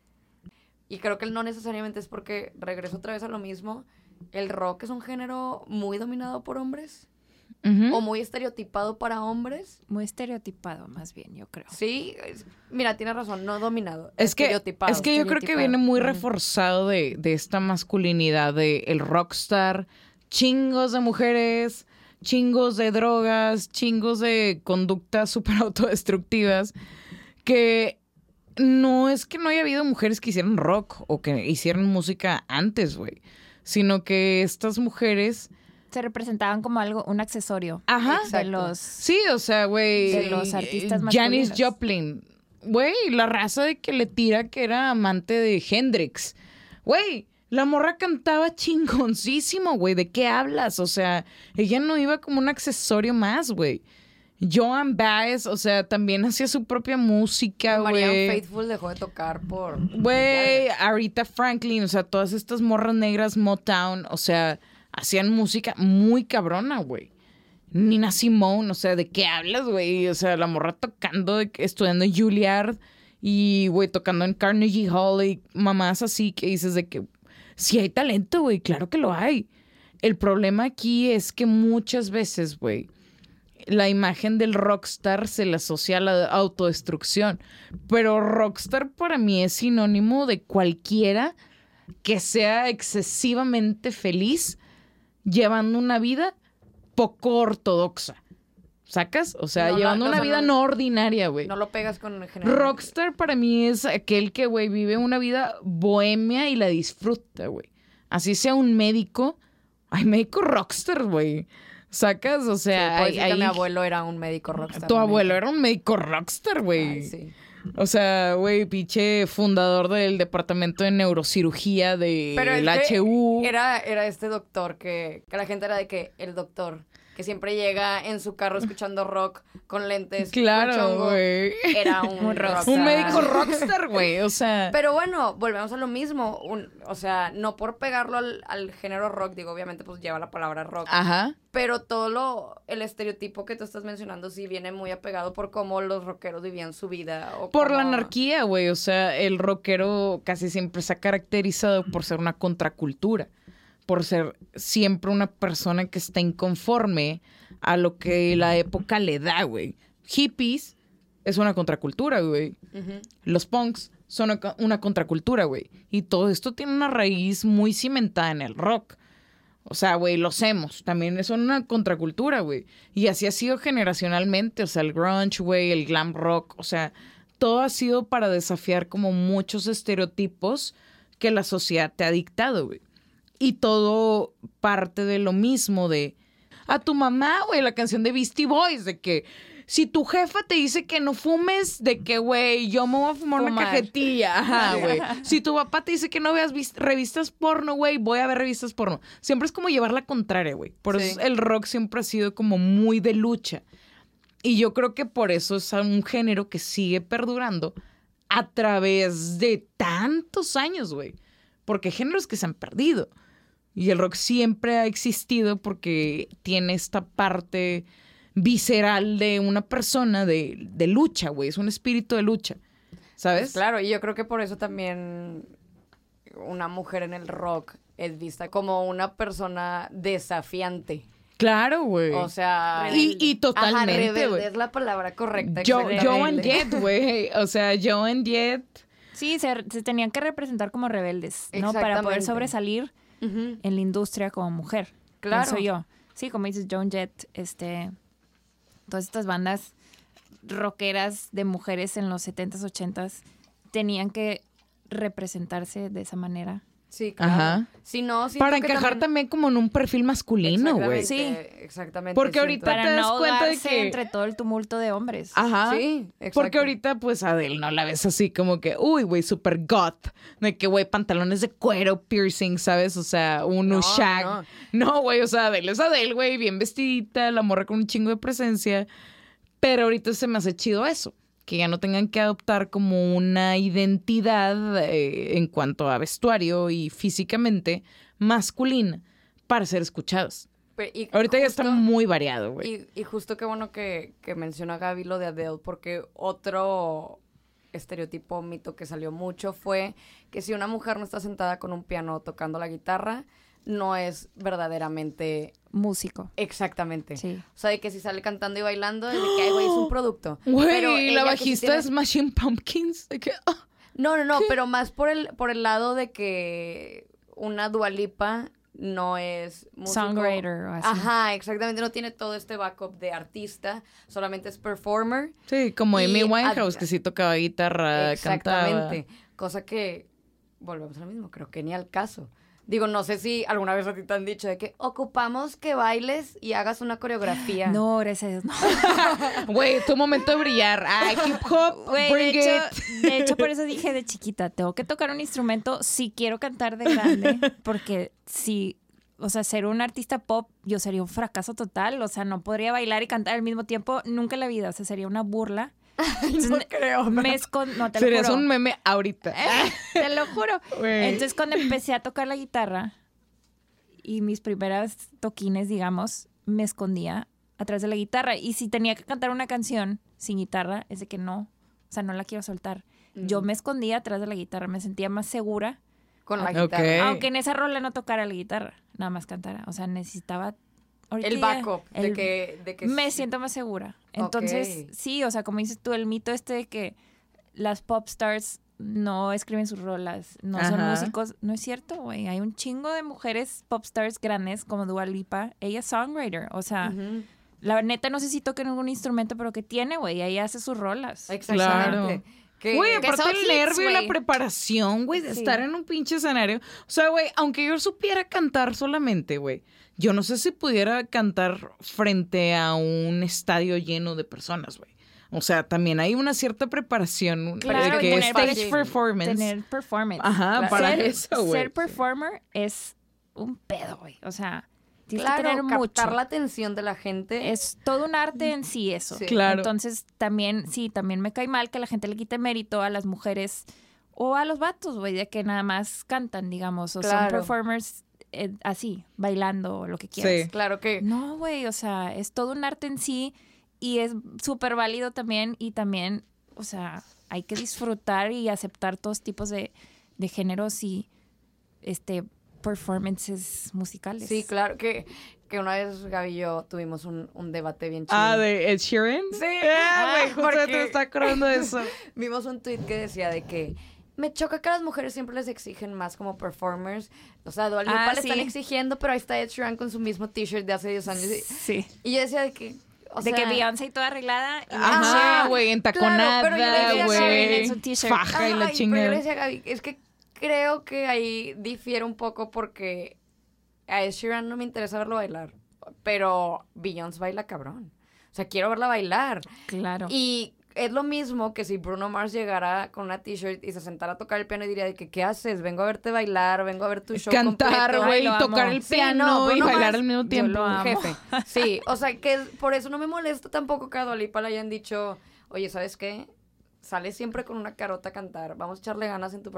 Speaker 4: Y creo que no necesariamente es porque, regreso otra vez a lo mismo, el rock es un género muy dominado por hombres.
Speaker 3: Ujú.
Speaker 4: O muy estereotipado para hombres.
Speaker 5: Muy estereotipado, más bien, yo creo.
Speaker 4: Sí, mira, tienes razón, no dominado.
Speaker 3: Es que yo creo que
Speaker 5: estereotipado.
Speaker 3: viene muy
Speaker 5: Ujú.
Speaker 3: reforzado de esta masculinidad de el rockstar, chingos de mujeres, chingos de drogas, chingos de conductas súper autodestructivas, que no es que no haya habido mujeres que hicieran rock o que hicieran música antes, güey, sino que estas mujeres...
Speaker 5: Se representaban como algo, un accesorio.
Speaker 3: Ajá.
Speaker 5: De
Speaker 4: Exacto.
Speaker 5: los...
Speaker 3: Sí, o sea, güey.
Speaker 5: De los artistas
Speaker 3: Janis
Speaker 5: masculinos.
Speaker 3: Joplin. Güey, la raza de que le tira que era amante de Hendrix. Güey, la morra cantaba chingoncísimo, güey. ¿De qué hablas? O sea, ella no iba como un accesorio más, güey. Joan Baez, o sea, también hacía su propia música,
Speaker 4: Marianne
Speaker 3: güey.
Speaker 4: Faithfull dejó de tocar por...
Speaker 3: Güey, Aretha Franklin, o sea, todas estas morras negras Motown, o sea, hacían música muy cabrona, güey. Nina Simone, o sea, ¿de qué hablas, güey? O sea, la morra tocando, estudiando en Juilliard y, güey, tocando en Carnegie Hall y mamás así que dices de que sí hay talento, güey, claro que lo hay. El problema aquí es que muchas veces, güey, la imagen del rockstar se le asocia a la autodestrucción. Pero rockstar para mí es sinónimo de cualquiera que sea excesivamente feliz llevando una vida poco ortodoxa. ¿Sacas? O sea,
Speaker 4: No,
Speaker 3: llevando
Speaker 4: no,
Speaker 3: una
Speaker 4: o sea,
Speaker 3: vida no ordinaria, güey.
Speaker 4: No lo pegas con el género.
Speaker 3: Rockstar para mí es aquel que, güey, vive una vida bohemia y la disfruta, güey. Así sea un médico. Hay médicos rockstar, güey. ¿Sacas? O sea,
Speaker 4: Sí, puedo decir que
Speaker 3: hay-
Speaker 4: mi abuelo era un médico rockstar.
Speaker 3: tu
Speaker 4: la
Speaker 3: abuelo
Speaker 4: neta.
Speaker 3: era un médico rockstar, güey.
Speaker 4: Ay, sí.
Speaker 3: O sea, güey, pinche fundador del departamento de neurocirugía del HU.
Speaker 4: Era este doctor que la gente era de que el doctor que siempre llega en su carro escuchando rock con lentes.
Speaker 3: Claro,
Speaker 4: con chongo,
Speaker 3: güey.
Speaker 4: era un rockstar.
Speaker 3: Un médico rockstar, güey. O sea.
Speaker 4: Pero bueno, volvemos a lo mismo. O sea, no por pegarlo al género rock, digo, obviamente pues lleva la palabra rock.
Speaker 3: Ajá.
Speaker 4: Pero todo el estereotipo que tú estás mencionando sí viene muy apegado por cómo los rockeros vivían su vida. O
Speaker 3: Por la
Speaker 4: cómo...
Speaker 3: anarquía, güey. O sea, el rockero casi siempre se ha caracterizado por ser una contracultura. Por ser siempre una persona que está inconforme a lo que la época le da, güey. Hippies es una contracultura, güey.
Speaker 4: Uh-huh.
Speaker 3: Los punks son una contracultura, güey. Y todo esto tiene una raíz muy cimentada en el rock. O sea, güey, los emos también son una contracultura, güey. Y así ha sido generacionalmente. O sea, el grunge, güey, el glam rock. O sea, todo ha sido para desafiar como muchos estereotipos que la sociedad te ha dictado, güey. Y todo parte de lo mismo de... A tu mamá, güey, la canción de Beastie Boys, de que... Si tu jefa te dice que no fumes, de que, güey, yo me voy a fumar una cajetilla. Ajá, güey. Si tu papá te dice que no veas revistas porno, güey, voy a ver revistas porno. Siempre es como llevar la contraria, güey. Por eso el rock siempre ha sido como muy de lucha. Y yo creo que por eso es un género que sigue perdurando a través de tantos años, güey. Porque hay géneros que se han perdido. Y el rock siempre ha existido porque tiene esta parte visceral de una persona de lucha, güey. Es un espíritu de lucha, ¿sabes?
Speaker 4: Pues claro, y yo creo que por eso también una mujer en el rock es vista como una persona desafiante.
Speaker 3: Claro, güey.
Speaker 4: O sea...
Speaker 3: Y totalmente, güey.
Speaker 4: Rebelde es la palabra correcta.
Speaker 3: Joan Jett, güey. O sea, Joan Jett...
Speaker 5: Sí, se tenían que representar como rebeldes, ¿no? Para poder sobresalir en la industria como mujer.
Speaker 4: Claro.
Speaker 5: Pienso yo. Sí, como dices, Joan Jett, todas estas bandas rockeras de mujeres en los 70s, 80s tenían que representarse de esa manera.
Speaker 4: Sí, claro.
Speaker 3: Ajá.
Speaker 4: Si no,
Speaker 3: para encajar también como en un perfil masculino, güey.
Speaker 4: Sí, exactamente.
Speaker 3: Porque ahorita
Speaker 5: para
Speaker 3: te das
Speaker 5: no
Speaker 3: cuenta de
Speaker 5: darse
Speaker 3: que...
Speaker 5: entre todo el tumulto de hombres.
Speaker 3: Ajá.
Speaker 4: Sí, exacto.
Speaker 3: Porque ahorita, pues, Adele no la ves así como que, uy, güey, super goth. De que, güey, pantalones de cuero, piercing, ¿sabes? O sea, un shag. No, güey, o sea, Adele es Adele, güey, bien vestidita, la morra con un chingo de presencia. Pero ahorita se me hace chido eso. Que ya no tengan que adoptar como una identidad en cuanto a vestuario y físicamente masculina para ser escuchadas. Ahorita ya está muy variado, güey.
Speaker 4: Y justo qué bueno que menciona Gaby lo de Adele, porque otro estereotipo, mito que salió mucho fue que si una mujer no está sentada con un piano tocando la guitarra, no es verdaderamente...
Speaker 5: músico.
Speaker 4: Exactamente.
Speaker 5: Sí.
Speaker 4: O sea, de que si sale cantando y bailando, es de que, ay, güey, es un producto.
Speaker 3: Güey, la bajista es Smashing Pumpkins. De que,
Speaker 4: No, pero más por el lado de que una Dua Lipa no es músico.
Speaker 5: Songwriter o así.
Speaker 4: Ajá, exactamente. No tiene todo este backup de artista, solamente es performer.
Speaker 3: Sí, como
Speaker 4: Y
Speaker 3: Amy Winehouse, que sí tocaba guitarra,
Speaker 4: exactamente.
Speaker 3: cantaba.
Speaker 4: Cosa que, volvemos a lo mismo, creo que ni al caso. Digo, no sé si alguna vez a ti te han dicho de que ocupamos que bailes y hagas una coreografía.
Speaker 5: No, gracias a Dios, no.
Speaker 3: Güey, tu momento de brillar. Ay, hip hop,
Speaker 5: Güey,
Speaker 3: bring
Speaker 5: de hecho, por eso dije de chiquita, tengo que tocar un instrumento si quiero cantar de grande, porque si, o sea, ser un artista pop, yo sería un fracaso total, o sea, no podría bailar y cantar al mismo tiempo nunca en la vida, o sea, sería una burla. Entonces,
Speaker 4: no creo.
Speaker 5: no te lo
Speaker 3: Serías
Speaker 5: juro.
Speaker 3: un meme ahorita.
Speaker 5: Te lo juro.
Speaker 3: Güey.
Speaker 5: Entonces, cuando empecé a tocar la guitarra y mis primeras toquines, digamos, me escondía atrás de la guitarra. Y si tenía que cantar una canción sin guitarra, es de que no, o sea, no la quiero soltar. Yo me escondía atrás de la guitarra, me sentía más segura.
Speaker 4: Con la
Speaker 3: Ok.
Speaker 4: guitarra.
Speaker 5: Aunque en esa rola no tocara la guitarra, nada más cantara. O sea, necesitaba... ahorita
Speaker 4: El
Speaker 5: ya-
Speaker 4: backup de que
Speaker 5: me siento más segura. Entonces,
Speaker 4: Ok.
Speaker 5: sí, o sea, como dices tú, el mito de que las pop stars no escriben sus rolas, no son
Speaker 3: Ajá.
Speaker 5: músicos, no es cierto, güey. Hay un chingo de mujeres pop stars grandes como Dua Lipa. Ella es songwriter, o sea,
Speaker 4: Ujú.
Speaker 5: la neta no sé si toca ningún instrumento, pero que tiene, güey, ella hace sus rolas.
Speaker 4: Exactamente. Que-
Speaker 3: Güey,
Speaker 5: que
Speaker 3: aparte
Speaker 5: son
Speaker 3: el
Speaker 5: hits,
Speaker 3: nervio y la
Speaker 5: güey.
Speaker 3: preparación, güey, de
Speaker 5: Sí.
Speaker 3: estar en un pinche escenario. O sea, güey, aunque yo supiera cantar solamente, güey, yo no sé si pudiera cantar frente a un estadio lleno de personas, güey. O sea, también hay una cierta preparación
Speaker 5: Claro,
Speaker 3: de que
Speaker 5: tener
Speaker 3: stage performance.
Speaker 5: Tener performance.
Speaker 3: Ajá, para
Speaker 5: ser,
Speaker 3: eso, güey.
Speaker 5: Ser performer es un pedo, güey. O sea, tienes
Speaker 4: Claro,
Speaker 5: que tener
Speaker 4: captar
Speaker 5: mucho.
Speaker 4: la atención de la gente.
Speaker 5: Es todo un arte en sí eso.
Speaker 4: Sí.
Speaker 3: Claro.
Speaker 5: Entonces, también me cae mal que la gente le quite mérito a las mujeres o a los vatos, güey, de que nada más cantan, digamos, o son
Speaker 4: Claro.
Speaker 5: performers así, bailando o lo que quieras.
Speaker 3: Sí.
Speaker 4: Claro que...
Speaker 5: No, güey, o sea, es todo un arte en sí y es súper válido también y también, o sea, hay que disfrutar y aceptar todos tipos de géneros y performances musicales.
Speaker 4: Sí, claro, que una vez Gaby y yo tuvimos un debate bien chido.
Speaker 3: Ah, ¿de Ed Sheeran?
Speaker 4: Sí.
Speaker 3: Güey, justo
Speaker 4: Porque-
Speaker 3: te está acordando de eso.
Speaker 4: Vimos un tweet que decía de que me choca que a las mujeres siempre les exigen más como performers. O sea, Dua Lipa le
Speaker 5: sí.
Speaker 4: están exigiendo, pero ahí está Ed Sheeran con su mismo t-shirt de hace 10 años.
Speaker 5: Sí.
Speaker 4: Y yo decía de que... O
Speaker 5: De
Speaker 4: sea,
Speaker 5: que Beyoncé y toda arreglada. Y
Speaker 3: Ajá, güey, entaconada,
Speaker 4: pero yo le decía a
Speaker 5: Gaby
Speaker 3: güey.
Speaker 5: en su t-shirt.
Speaker 3: Faja y la
Speaker 4: Ay, pero yo le
Speaker 3: chingada.
Speaker 4: decía a Gaby, es que creo que ahí difiere un poco porque a Ed Sheeran no me interesa verlo bailar, pero Beyoncé baila cabrón. O sea, quiero verla bailar.
Speaker 5: Claro.
Speaker 4: Y es lo mismo que si Bruno Mars llegara con una t-shirt y se sentara a tocar el piano y diría de que, ¿qué haces? Vengo a verte bailar, vengo a ver tu show
Speaker 3: Cantar,
Speaker 4: completo.
Speaker 3: güey,
Speaker 5: Ay, lo
Speaker 3: tocar
Speaker 5: amo.
Speaker 3: el
Speaker 4: Sí,
Speaker 3: piano
Speaker 4: no,
Speaker 3: y
Speaker 4: Bruno
Speaker 3: bailar
Speaker 4: Mars,
Speaker 3: al mismo
Speaker 5: yo
Speaker 3: tiempo.
Speaker 5: lo amo.
Speaker 4: Jefe. Sí, o sea, que por eso no me molesta tampoco que a Dua Lipa le hayan dicho, oye, ¿sabes qué? Sales siempre con una carota a cantar, vamos a echarle ganas en tu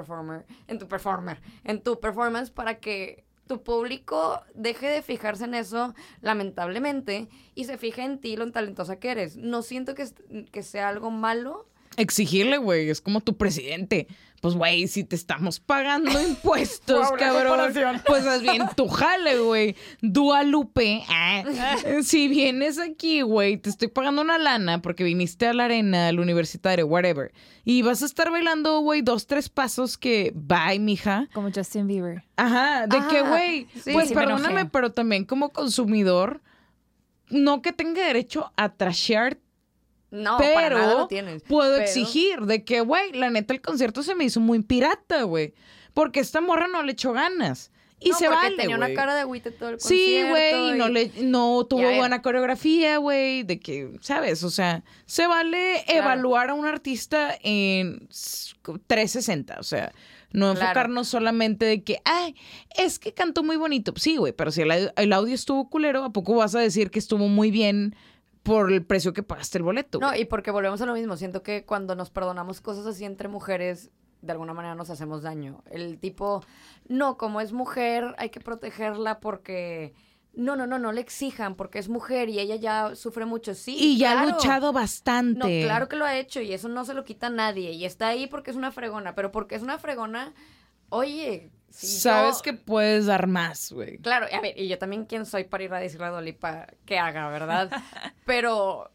Speaker 4: performance para que tu público deje de fijarse en eso, lamentablemente, y se fije en ti, lo talentosa que eres. No siento que sea algo malo.
Speaker 3: Exigirle, güey, es como tu presidente. Pues, güey, si te estamos pagando impuestos,
Speaker 4: Wow, la
Speaker 3: cabrón,
Speaker 4: comparación.
Speaker 3: pues haz bien tu jale, güey. Dua Lupe, si vienes aquí, güey, te estoy pagando una lana porque viniste a la arena, al universitario, whatever, y vas a estar bailando, güey, 2, 3 pasos que, bye, mija.
Speaker 5: Como Justin Bieber.
Speaker 3: Ajá, de que, güey,
Speaker 4: sí,
Speaker 3: pues
Speaker 5: sí me
Speaker 3: perdóname,
Speaker 5: enojé.
Speaker 3: pero también como consumidor, no que tenga derecho a trashear,
Speaker 4: No, para nada
Speaker 3: pero
Speaker 4: lo tienes.
Speaker 3: puedo
Speaker 4: Pero-
Speaker 3: exigir de que, güey, la neta el concierto se me hizo muy pirata, güey. Porque esta morra no le echó ganas. Y
Speaker 4: No,
Speaker 3: se
Speaker 4: porque
Speaker 3: vale,
Speaker 4: tenía
Speaker 3: güey.
Speaker 4: una cara de agüite todo el
Speaker 3: Sí,
Speaker 4: concierto.
Speaker 3: güey, y no tuvo
Speaker 4: Y a ver.
Speaker 3: buena coreografía, güey, de que, ¿sabes? O sea, se vale evaluar a un artista en 360, o sea, no
Speaker 4: Claro.
Speaker 3: enfocarnos solamente de que, ay, es que cantó muy bonito. Sí, güey, pero si el audio estuvo culero, ¿a poco vas a decir que estuvo muy bien por el precio que pagaste el boleto?
Speaker 4: No,
Speaker 3: güey?
Speaker 4: y porque volvemos a lo mismo. Siento que cuando nos perdonamos cosas así entre mujeres, de alguna manera nos hacemos daño. El tipo, no, como es mujer, hay que protegerla porque... No le exijan porque es mujer y ella ya sufre mucho. Sí,
Speaker 3: Y ya ha
Speaker 4: claro.
Speaker 3: luchado bastante.
Speaker 4: No, claro que lo ha hecho y eso no se lo quita a nadie. Y está ahí porque es una fregona. Pero porque es una fregona, oye... si
Speaker 3: Sabes
Speaker 4: yo-
Speaker 3: que puedes dar más, güey.
Speaker 4: Claro, a ver, y yo también quién soy para ir a decirle a Dua Lipa que haga, ¿verdad? Pero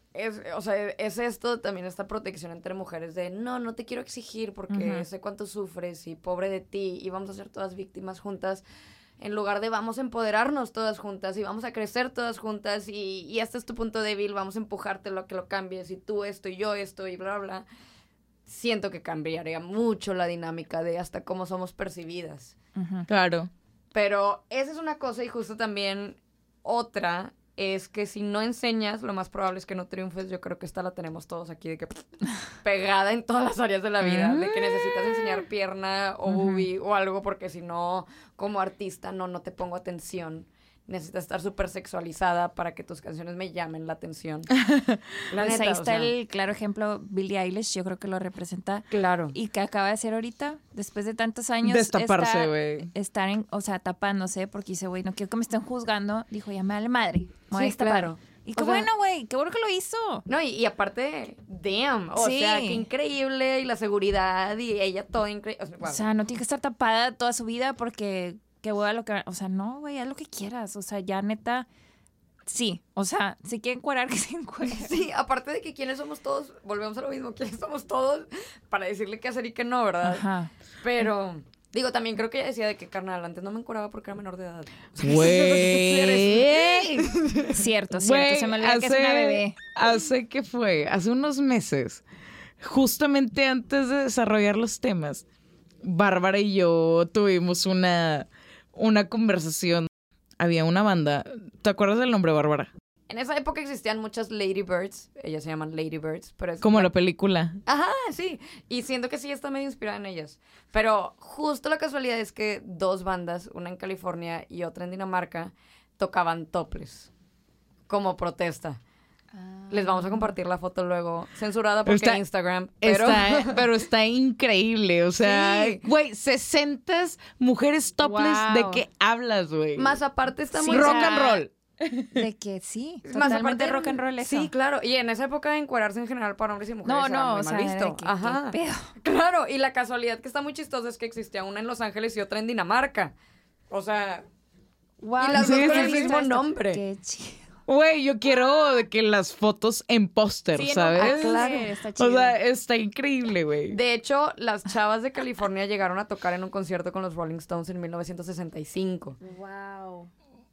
Speaker 4: es esto también, esta protección entre mujeres de no te quiero exigir porque sé cuánto sufres y pobre de ti y vamos a ser todas víctimas juntas, en lugar de vamos a empoderarnos todas juntas y vamos a crecer todas juntas y este es tu punto débil, vamos a empujártelo a que lo cambies y tú esto y yo esto y bla, bla. Siento que cambiaría mucho la dinámica de hasta cómo somos percibidas.
Speaker 3: Claro.
Speaker 4: Pero esa es una cosa y justo también otra es que si no enseñas, lo más probable es que no triunfes. Yo creo que esta la tenemos todos aquí de que pegada en todas las áreas de la vida, de que necesitas enseñar pierna o boobie o algo porque si no, como artista no te pongo atención. Necesitas estar súper sexualizada para que tus canciones me llamen la atención. La
Speaker 5: Pues
Speaker 4: neta,
Speaker 5: ahí
Speaker 4: o
Speaker 5: está
Speaker 4: sea,
Speaker 5: el claro ejemplo, Billie Eilish, yo creo que lo representa.
Speaker 4: Claro.
Speaker 5: Y que acaba de hacer ahorita, después de tantos años.
Speaker 3: Destaparse, güey.
Speaker 5: Estar tapándose, porque dice, güey, no quiero que me estén juzgando. Dijo, ya me vale madre. Me voy a
Speaker 4: Sí,
Speaker 5: destapar.
Speaker 4: claro.
Speaker 5: Y
Speaker 4: O
Speaker 5: qué
Speaker 4: sea-
Speaker 5: bueno, güey, qué bueno que lo hizo.
Speaker 4: No, y aparte, damn, o
Speaker 5: Sí.
Speaker 4: sea, qué increíble, y la seguridad, y ella todo increíble. O sea, wow.
Speaker 5: O sea, no tiene que estar tapada toda su vida porque qué hueva lo que... O sea, no, güey, haz lo que quieras. O sea, ya neta, sí. O sea, si quieren cuerar, que se encueren.
Speaker 4: Sí, aparte de que quiénes somos todos, volvemos a lo mismo, quiénes somos todos para decirle qué hacer y qué no, ¿verdad?
Speaker 5: Ajá.
Speaker 4: Pero, digo, también creo que ella decía de que, carnal, antes no me enculaba porque era menor de edad.
Speaker 3: Güey.
Speaker 5: Cierto,
Speaker 3: Güey,
Speaker 5: se me olvidó que es una bebé.
Speaker 3: Hace unos meses, justamente antes de desarrollar los temas, Bárbara y yo tuvimos una conversación. Había una banda. ¿Te acuerdas del nombre, Bárbara?
Speaker 4: En esa época existían muchas Ladybirds, ellas se llaman Ladybirds, pero es
Speaker 3: Como la película.
Speaker 4: Ajá, sí, y siento que sí está medio inspirada en ellas, pero justo la casualidad es que 2 bandas, una en California y otra en Dinamarca, tocaban topless como protesta. Les vamos a compartir la foto luego, censurada porque Instagram, pero...
Speaker 3: Pero está increíble, o sea, güey, 60 mujeres topless,
Speaker 5: Wow.
Speaker 3: ¿de qué hablas, güey?
Speaker 4: Más aparte está
Speaker 5: Sí,
Speaker 4: muy...
Speaker 3: Rock and roll.
Speaker 5: De que sí,
Speaker 4: Más
Speaker 5: totalmente
Speaker 4: aparte,
Speaker 5: rock and roll eso.
Speaker 4: Sí, claro. Y en esa época de encuerarse en general para hombres y mujeres
Speaker 5: No,
Speaker 4: era
Speaker 5: no,
Speaker 4: muy
Speaker 5: o sea,
Speaker 4: mal
Speaker 5: era
Speaker 4: visto.
Speaker 5: de que,
Speaker 4: Ajá.
Speaker 5: ¿qué pedo?
Speaker 4: Claro, y la casualidad que está muy chistosa es que existía una en Los Ángeles y otra en Dinamarca. O sea,
Speaker 5: Wow,
Speaker 4: y las
Speaker 3: sí,
Speaker 4: dos con
Speaker 3: sí,
Speaker 4: el
Speaker 3: sí.
Speaker 4: mismo nombre.
Speaker 5: Qué chido.
Speaker 3: Güey, yo quiero de que las fotos en póster,
Speaker 5: Sí, no,
Speaker 3: ¿sabes?
Speaker 4: claro.
Speaker 5: Está chido.
Speaker 3: O sea, está increíble, güey.
Speaker 4: De hecho, las chavas de California llegaron a tocar en un concierto con los Rolling Stones en 1965.
Speaker 5: Wow.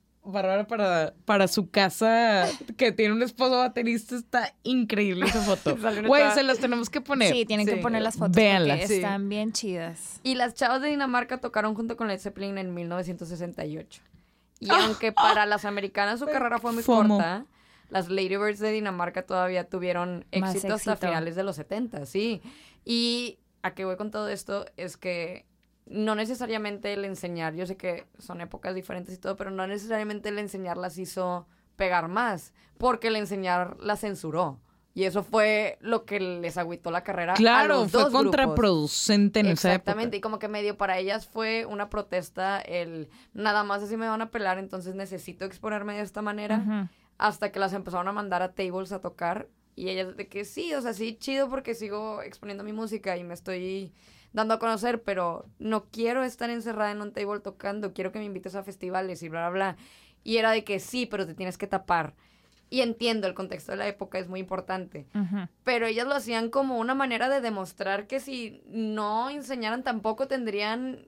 Speaker 3: Bárbara para su casa, que tiene un esposo baterista, está increíble esa foto.
Speaker 4: Salió una
Speaker 3: Güey,
Speaker 4: chava-
Speaker 3: se las tenemos que poner.
Speaker 5: Sí, tienen
Speaker 4: Sí.
Speaker 5: que poner las fotos
Speaker 3: Véanlas.
Speaker 5: porque
Speaker 4: Sí.
Speaker 5: están bien chidas.
Speaker 4: Y las chavas de Dinamarca tocaron junto con Led Zeppelin en 1968. Y aunque para las americanas su carrera fue muy
Speaker 3: FOMO.
Speaker 4: corta, las Ladybirds de Dinamarca todavía tuvieron
Speaker 5: Más
Speaker 4: éxito hasta
Speaker 5: éxito.
Speaker 4: finales de los 70, sí. Y a qué voy con todo esto es que no necesariamente el enseñar, yo sé que son épocas diferentes y todo, pero no necesariamente el enseñar las hizo pegar más, porque el enseñar las censuró. Y eso fue lo que les agüitó la carrera a
Speaker 3: Claro,
Speaker 4: los
Speaker 3: fue
Speaker 4: dos grupos.
Speaker 3: contraproducente en esa época.
Speaker 4: Exactamente, y como que medio para ellas fue una protesta el nada más así me van a pelar, entonces necesito exponerme de esta manera,
Speaker 5: Ujú.
Speaker 4: hasta que las empezaron a mandar a tables a tocar, y ellas de que sí, o sea, sí, chido porque sigo exponiendo mi música y me estoy dando a conocer, pero no quiero estar encerrada en un table tocando, quiero que me invites a festivales y bla, bla, bla. Y era de que sí, pero te tienes que tapar. Y entiendo, el contexto de la época es muy importante.
Speaker 5: Ujú.
Speaker 4: Pero ellas lo hacían como una manera de demostrar que si no enseñaran tampoco tendrían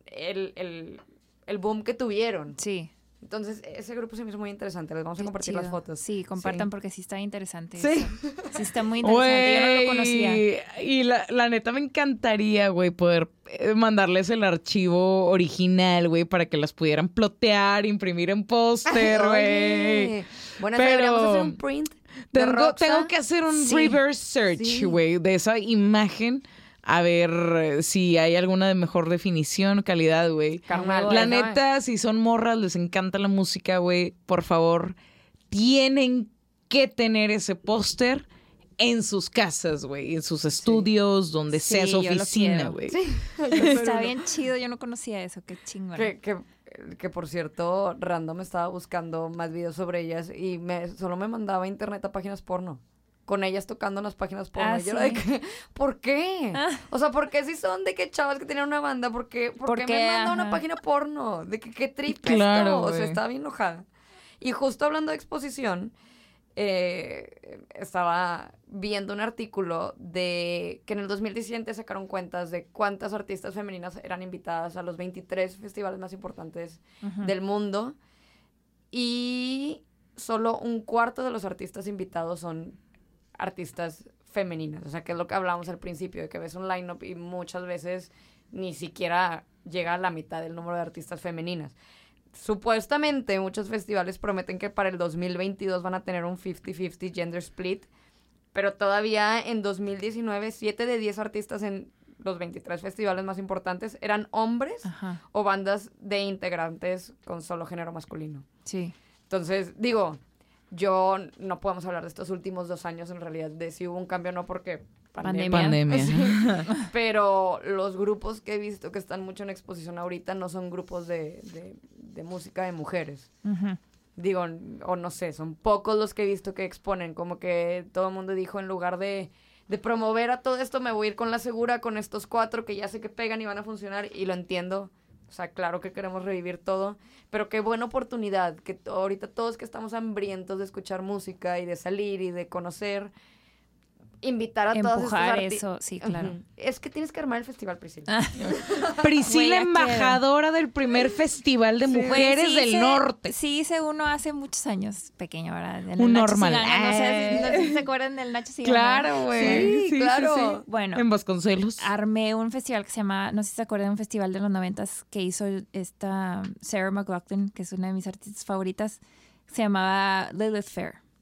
Speaker 4: el boom que tuvieron.
Speaker 5: Sí.
Speaker 4: Entonces, ese grupo se me hizo muy interesante. Les vamos a
Speaker 5: Qué
Speaker 4: compartir
Speaker 5: chido.
Speaker 4: las fotos.
Speaker 5: Sí, compartan
Speaker 4: Sí.
Speaker 5: porque sí está interesante.
Speaker 4: Sí.
Speaker 5: eso. Sí está muy interesante. Yo no lo conocía.
Speaker 3: Güey, y la neta me encantaría, güey, poder mandarles el archivo original, güey, para que las pudieran plotear, imprimir en póster, güey.
Speaker 4: Oye, bueno,
Speaker 3: Pero-
Speaker 4: deberíamos hacer un print de Roxa.
Speaker 3: Tengo que hacer un
Speaker 5: Sí.
Speaker 3: reverse search,
Speaker 4: Sí.
Speaker 3: güey, de esa imagen. A ver si hay alguna de mejor definición, calidad, güey.
Speaker 4: Carnal,
Speaker 3: La
Speaker 4: ¿no?
Speaker 3: neta, si son morras, les encanta la música, güey, por favor, tienen que tener ese póster en sus casas, güey, en sus estudios, donde
Speaker 5: Sí,
Speaker 3: sea su
Speaker 5: yo lo
Speaker 3: oficina,
Speaker 5: quiero.
Speaker 3: güey.
Speaker 5: Está bien chido. Yo no conocía eso. Qué chingón.
Speaker 4: Que por cierto, Random estaba buscando más videos sobre ellas y solo me mandaba a internet a páginas porno. Con ellas tocando en las páginas porno.
Speaker 5: Ah,
Speaker 4: Y yo era de
Speaker 5: sí.
Speaker 4: que, ¿por qué?
Speaker 5: Ah.
Speaker 4: O sea, ¿por qué si son de que chavas que tenían una banda? ¿Por qué
Speaker 5: ¿Por qué?
Speaker 4: me manda una
Speaker 5: Ajá.
Speaker 4: página porno? De que qué trip
Speaker 3: Claro,
Speaker 4: esto. O sea,
Speaker 3: güey.
Speaker 4: estaba bien enojada. Y justo hablando de exposición, estaba viendo un artículo de que en el 2017 sacaron cuentas de cuántas artistas femeninas eran invitadas a los 23 festivales más importantes
Speaker 5: Ujú.
Speaker 4: del mundo y solo un cuarto de los artistas invitados son artistas femeninas, o sea, que es lo que hablábamos al principio, de que ves un line-up y muchas veces ni siquiera llega a la mitad del número de artistas femeninas. Supuestamente muchos festivales prometen que para el 2022 van a tener un 50-50 gender split, pero todavía en 2019 7 de 10 artistas en los 23 festivales más importantes eran hombres
Speaker 5: Ajá.
Speaker 4: o bandas de integrantes con solo género masculino.
Speaker 5: Sí.
Speaker 4: Entonces, digo, yo no podemos hablar de estos últimos 2 años en realidad de si hubo un cambio o no porque
Speaker 3: Pandemia.
Speaker 4: Sí. Pero los grupos que he visto que están mucho en exposición ahorita no son grupos de música de mujeres.
Speaker 5: Ujú.
Speaker 4: Digo, o no sé, son pocos los que he visto que exponen, como que todo el mundo dijo en lugar de promover a todo esto, me voy a ir con la segura, con estos 4 que ya sé que pegan y van a funcionar, y lo entiendo. O sea, claro que queremos revivir todo, pero qué buena oportunidad, que ahorita todos que estamos hambrientos de escuchar música y de salir y de conocer, invitar a todos estos
Speaker 5: Empujar
Speaker 4: artistas.
Speaker 5: eso, sí, claro.
Speaker 4: Es que tienes que armar el festival, Priscila.
Speaker 3: Priscila,
Speaker 5: Güey, ya
Speaker 3: embajadora del primer festival de mujeres
Speaker 5: Sí
Speaker 3: del
Speaker 5: hice-
Speaker 3: norte.
Speaker 5: Sí, hice uno hace muchos años, pequeño, ¿verdad? En el
Speaker 3: Un
Speaker 5: Nacho
Speaker 3: normal.
Speaker 5: Cigana, no sé si se acuerdan del Nacho Cigana.
Speaker 3: Claro, güey.
Speaker 4: Sí, claro.
Speaker 5: Bueno,
Speaker 3: En Vasconcelos.
Speaker 5: armé un festival que se llama, no sé si se acuerdan, un festival de los 90s que hizo esta Sarah McLachlan, que es una de mis artistas favoritas, se llamaba Lilith Fair.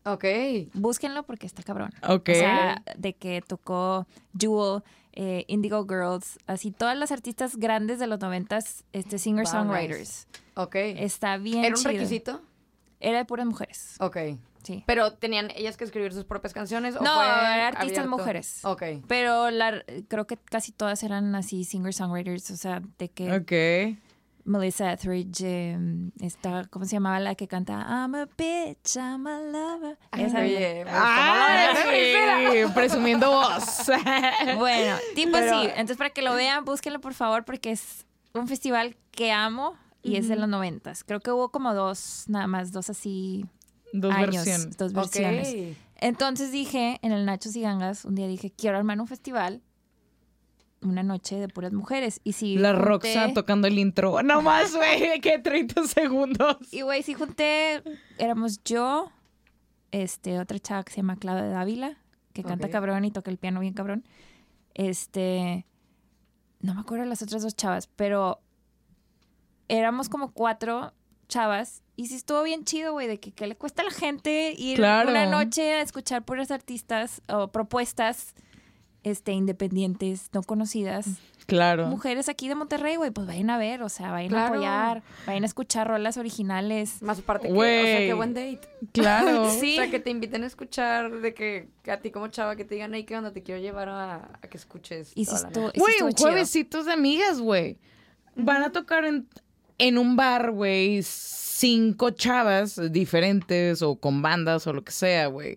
Speaker 4: Ok.
Speaker 5: Búsquenlo porque está cabrón.
Speaker 3: Ok.
Speaker 5: O sea, de que tocó Jewel, Indigo Girls, así todas las artistas grandes de los 90s, singer-songwriters.
Speaker 4: Ok.
Speaker 5: Está bien
Speaker 4: ¿Era un
Speaker 5: chido.
Speaker 4: requisito?
Speaker 5: Era de puras mujeres.
Speaker 4: Ok.
Speaker 5: Sí.
Speaker 4: ¿Pero tenían ellas que escribir sus propias canciones? ¿O
Speaker 5: No,
Speaker 4: fue
Speaker 5: eran artistas
Speaker 4: abierto?
Speaker 5: mujeres.
Speaker 4: Ok.
Speaker 5: Pero creo que casi todas eran así singer-songwriters, o sea, de que
Speaker 3: Ok.
Speaker 5: Melissa Etheridge, ¿cómo se llamaba la que canta I'm a bitch, I'm a lover? Esa
Speaker 4: Oye,
Speaker 3: ¡Ay! Presumiendo voz.
Speaker 5: Bueno, tipo
Speaker 4: Pero-
Speaker 5: así. Entonces, para que lo vean, búsquenlo, por favor, porque es un festival que amo y es de los 90s. Creo que hubo como nada más dos así
Speaker 3: Dos
Speaker 5: años.
Speaker 3: versiones.
Speaker 5: Dos versiones.
Speaker 4: Ok.
Speaker 5: Entonces dije, en el Nachos y Gangas, un día dije, quiero armar un festival, una noche de puras mujeres. Y si
Speaker 3: La
Speaker 5: junté-
Speaker 3: Roxa tocando el intro. No más, güey, que 30 segundos.
Speaker 5: Y güey, si junté, éramos yo, otra chava que se llama Claudia Dávila, que canta
Speaker 4: Ok.
Speaker 5: cabrón y toca el piano bien cabrón. No me acuerdo de las otras dos chavas, pero éramos como 4 chavas. Y sí estuvo bien chido, güey, de que ¿qué le cuesta a la gente ir
Speaker 3: Claro.
Speaker 5: una noche a escuchar puras artistas o propuestas independientes, no conocidas?
Speaker 3: Claro.
Speaker 5: Mujeres aquí de Monterrey, güey, pues vayan a ver, o sea, vayan a
Speaker 4: Claro.
Speaker 5: apoyar, vayan a escuchar rolas originales.
Speaker 4: Más aparte que, o
Speaker 3: Güey.
Speaker 4: sea, qué buen date.
Speaker 3: Claro.
Speaker 5: Sí.
Speaker 4: O sea, que te inviten a escuchar, de que a ti como chava que te digan, hey, ¿qué onda? Te quiero llevar a que escuches
Speaker 5: Y si
Speaker 4: toda la
Speaker 5: estuvo,
Speaker 4: noche".
Speaker 5: y sí
Speaker 3: Güey,
Speaker 5: estuvo
Speaker 3: un
Speaker 5: chido.
Speaker 3: juevesitos de amigas, güey. Van a tocar en un bar, güey, 5 chavas diferentes o con bandas o lo que sea, güey.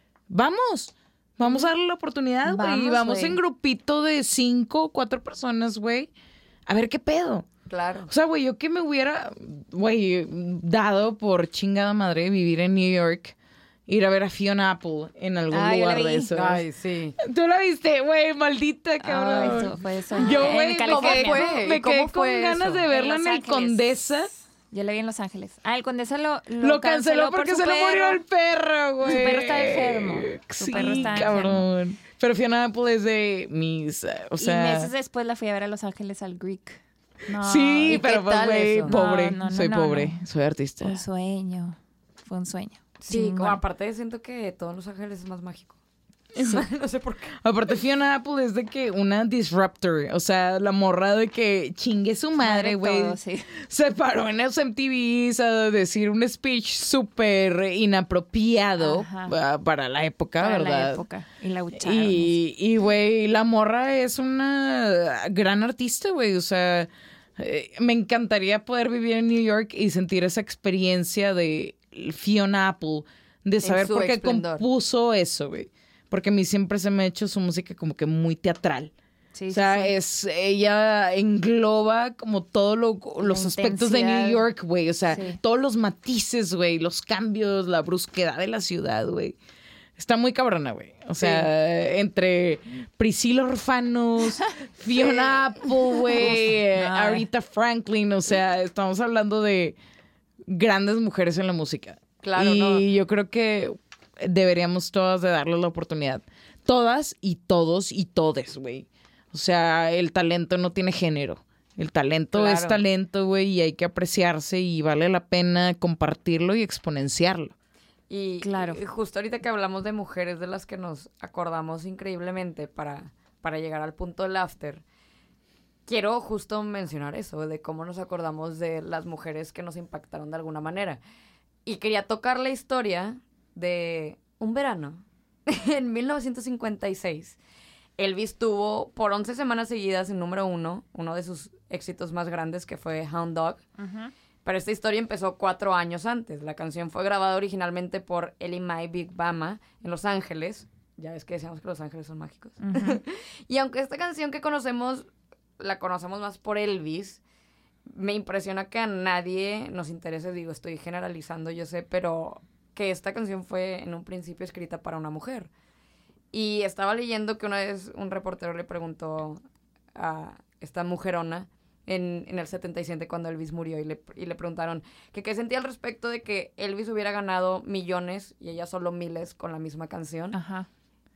Speaker 3: Vamos a darle la oportunidad, güey.
Speaker 5: Vamos,
Speaker 3: Vamos
Speaker 5: güey.
Speaker 3: en grupito de 5 o 4 personas, güey. A ver qué pedo.
Speaker 4: Claro.
Speaker 3: O sea, güey, yo que me hubiera, güey, dado por chingada madre vivir en New York, ir a ver a Fiona Apple en algún
Speaker 5: Ah, yo la
Speaker 3: lugar de
Speaker 5: vi.
Speaker 3: esos.
Speaker 4: Ay, sí.
Speaker 3: ¿Tú la viste? Güey, maldita, cabrón.
Speaker 5: Ay, eso fue eso.
Speaker 3: Yo,
Speaker 5: En
Speaker 3: güey, me
Speaker 5: California.
Speaker 3: quedé, me
Speaker 4: ¿Cómo
Speaker 3: quedé con
Speaker 4: fue
Speaker 3: ganas
Speaker 4: eso?
Speaker 3: de verla
Speaker 5: En
Speaker 3: en,
Speaker 5: Los
Speaker 3: el
Speaker 5: Ángeles.
Speaker 3: Condesa.
Speaker 5: Yo la vi en Los Ángeles. Ah, el Condesa
Speaker 3: Lo canceló porque
Speaker 5: su
Speaker 3: se le murió
Speaker 5: perro.
Speaker 3: el perro, güey.
Speaker 5: Su perro está enfermo. Su
Speaker 3: Sí,
Speaker 5: perro está
Speaker 3: cabrón. Pero Fiona Apple es de mis, o
Speaker 5: Y
Speaker 3: sea...
Speaker 5: meses después la fui a ver a Los Ángeles al Greek. No,
Speaker 3: sí,
Speaker 4: ¿y
Speaker 3: pero
Speaker 4: qué
Speaker 3: pues,
Speaker 4: tal
Speaker 3: güey,
Speaker 4: eso?
Speaker 3: pobre.
Speaker 5: No,
Speaker 3: Soy
Speaker 5: no,
Speaker 3: pobre,
Speaker 5: no.
Speaker 3: soy artista.
Speaker 5: un sueño. Fue un sueño.
Speaker 4: Sí,
Speaker 5: Chingón.
Speaker 4: como aparte siento que todo en Los Ángeles es más mágico. No sé por qué.
Speaker 3: Aparte, Fiona Apple es de que una disruptor. O sea, la morra de que chingue su madre, güey.
Speaker 5: todo, sí.
Speaker 3: Se paró en los MTVs a decir un speech súper inapropiado
Speaker 5: Ajá.
Speaker 3: para la época,
Speaker 5: Para
Speaker 3: ¿verdad?
Speaker 5: la época. Y la bucharon.
Speaker 3: Y, güey, la morra es una gran artista, güey. O sea, me encantaría poder vivir en New York y sentir esa experiencia de Fiona Apple, de saber
Speaker 4: su
Speaker 3: por qué
Speaker 4: esplendor.
Speaker 3: compuso eso, güey. Porque a mí siempre se me ha hecho su música como que muy teatral.
Speaker 5: Sí,
Speaker 3: O sea, ella engloba como todos los aspectos de New
Speaker 5: intensidad.
Speaker 3: York, güey. O sea,
Speaker 5: Sí.
Speaker 3: todos los matices, güey, los cambios, la brusquedad de la ciudad, güey. Está muy cabrona, güey. O sea, entre Priscilla Orfanos, Fiona Apple, güey,
Speaker 5: No,
Speaker 3: Aretha Franklin. O sea, estamos hablando de grandes mujeres en la música.
Speaker 4: Claro,
Speaker 3: y
Speaker 4: no.
Speaker 3: yo creo que deberíamos todas de darles la oportunidad. Todas y todos y todes, güey. O sea, el talento no tiene género. El talento
Speaker 4: Claro.
Speaker 3: es talento, güey, y hay que apreciarse y vale la pena compartirlo y exponenciarlo.
Speaker 4: Y
Speaker 5: Claro.
Speaker 4: y justo ahorita que hablamos de mujeres de las que nos acordamos increíblemente para llegar al punto del after, quiero justo mencionar eso, de cómo nos acordamos de las mujeres que nos impactaron de alguna manera. Y quería tocar la historia de un verano en 1956. Elvis tuvo por 11 semanas seguidas en número 1, uno de sus éxitos más grandes que fue Hound Dog. Pero esta historia empezó 4 años antes. La canción fue grabada originalmente por Ellie Mae Big Mama en Los Ángeles. Ya ves que decíamos que Los Ángeles son mágicos. Y aunque esta canción que conocemos, la conocemos más por Elvis, me impresiona que a nadie nos interese, digo, estoy generalizando, yo sé, pero que esta canción fue en un principio escrita para una mujer. Y estaba leyendo que una vez un reportero le preguntó a esta mujerona en el 77 cuando Elvis murió y le preguntaron que qué sentía al respecto de que Elvis hubiera ganado millones y ella solo miles con la misma canción.
Speaker 5: Ajá.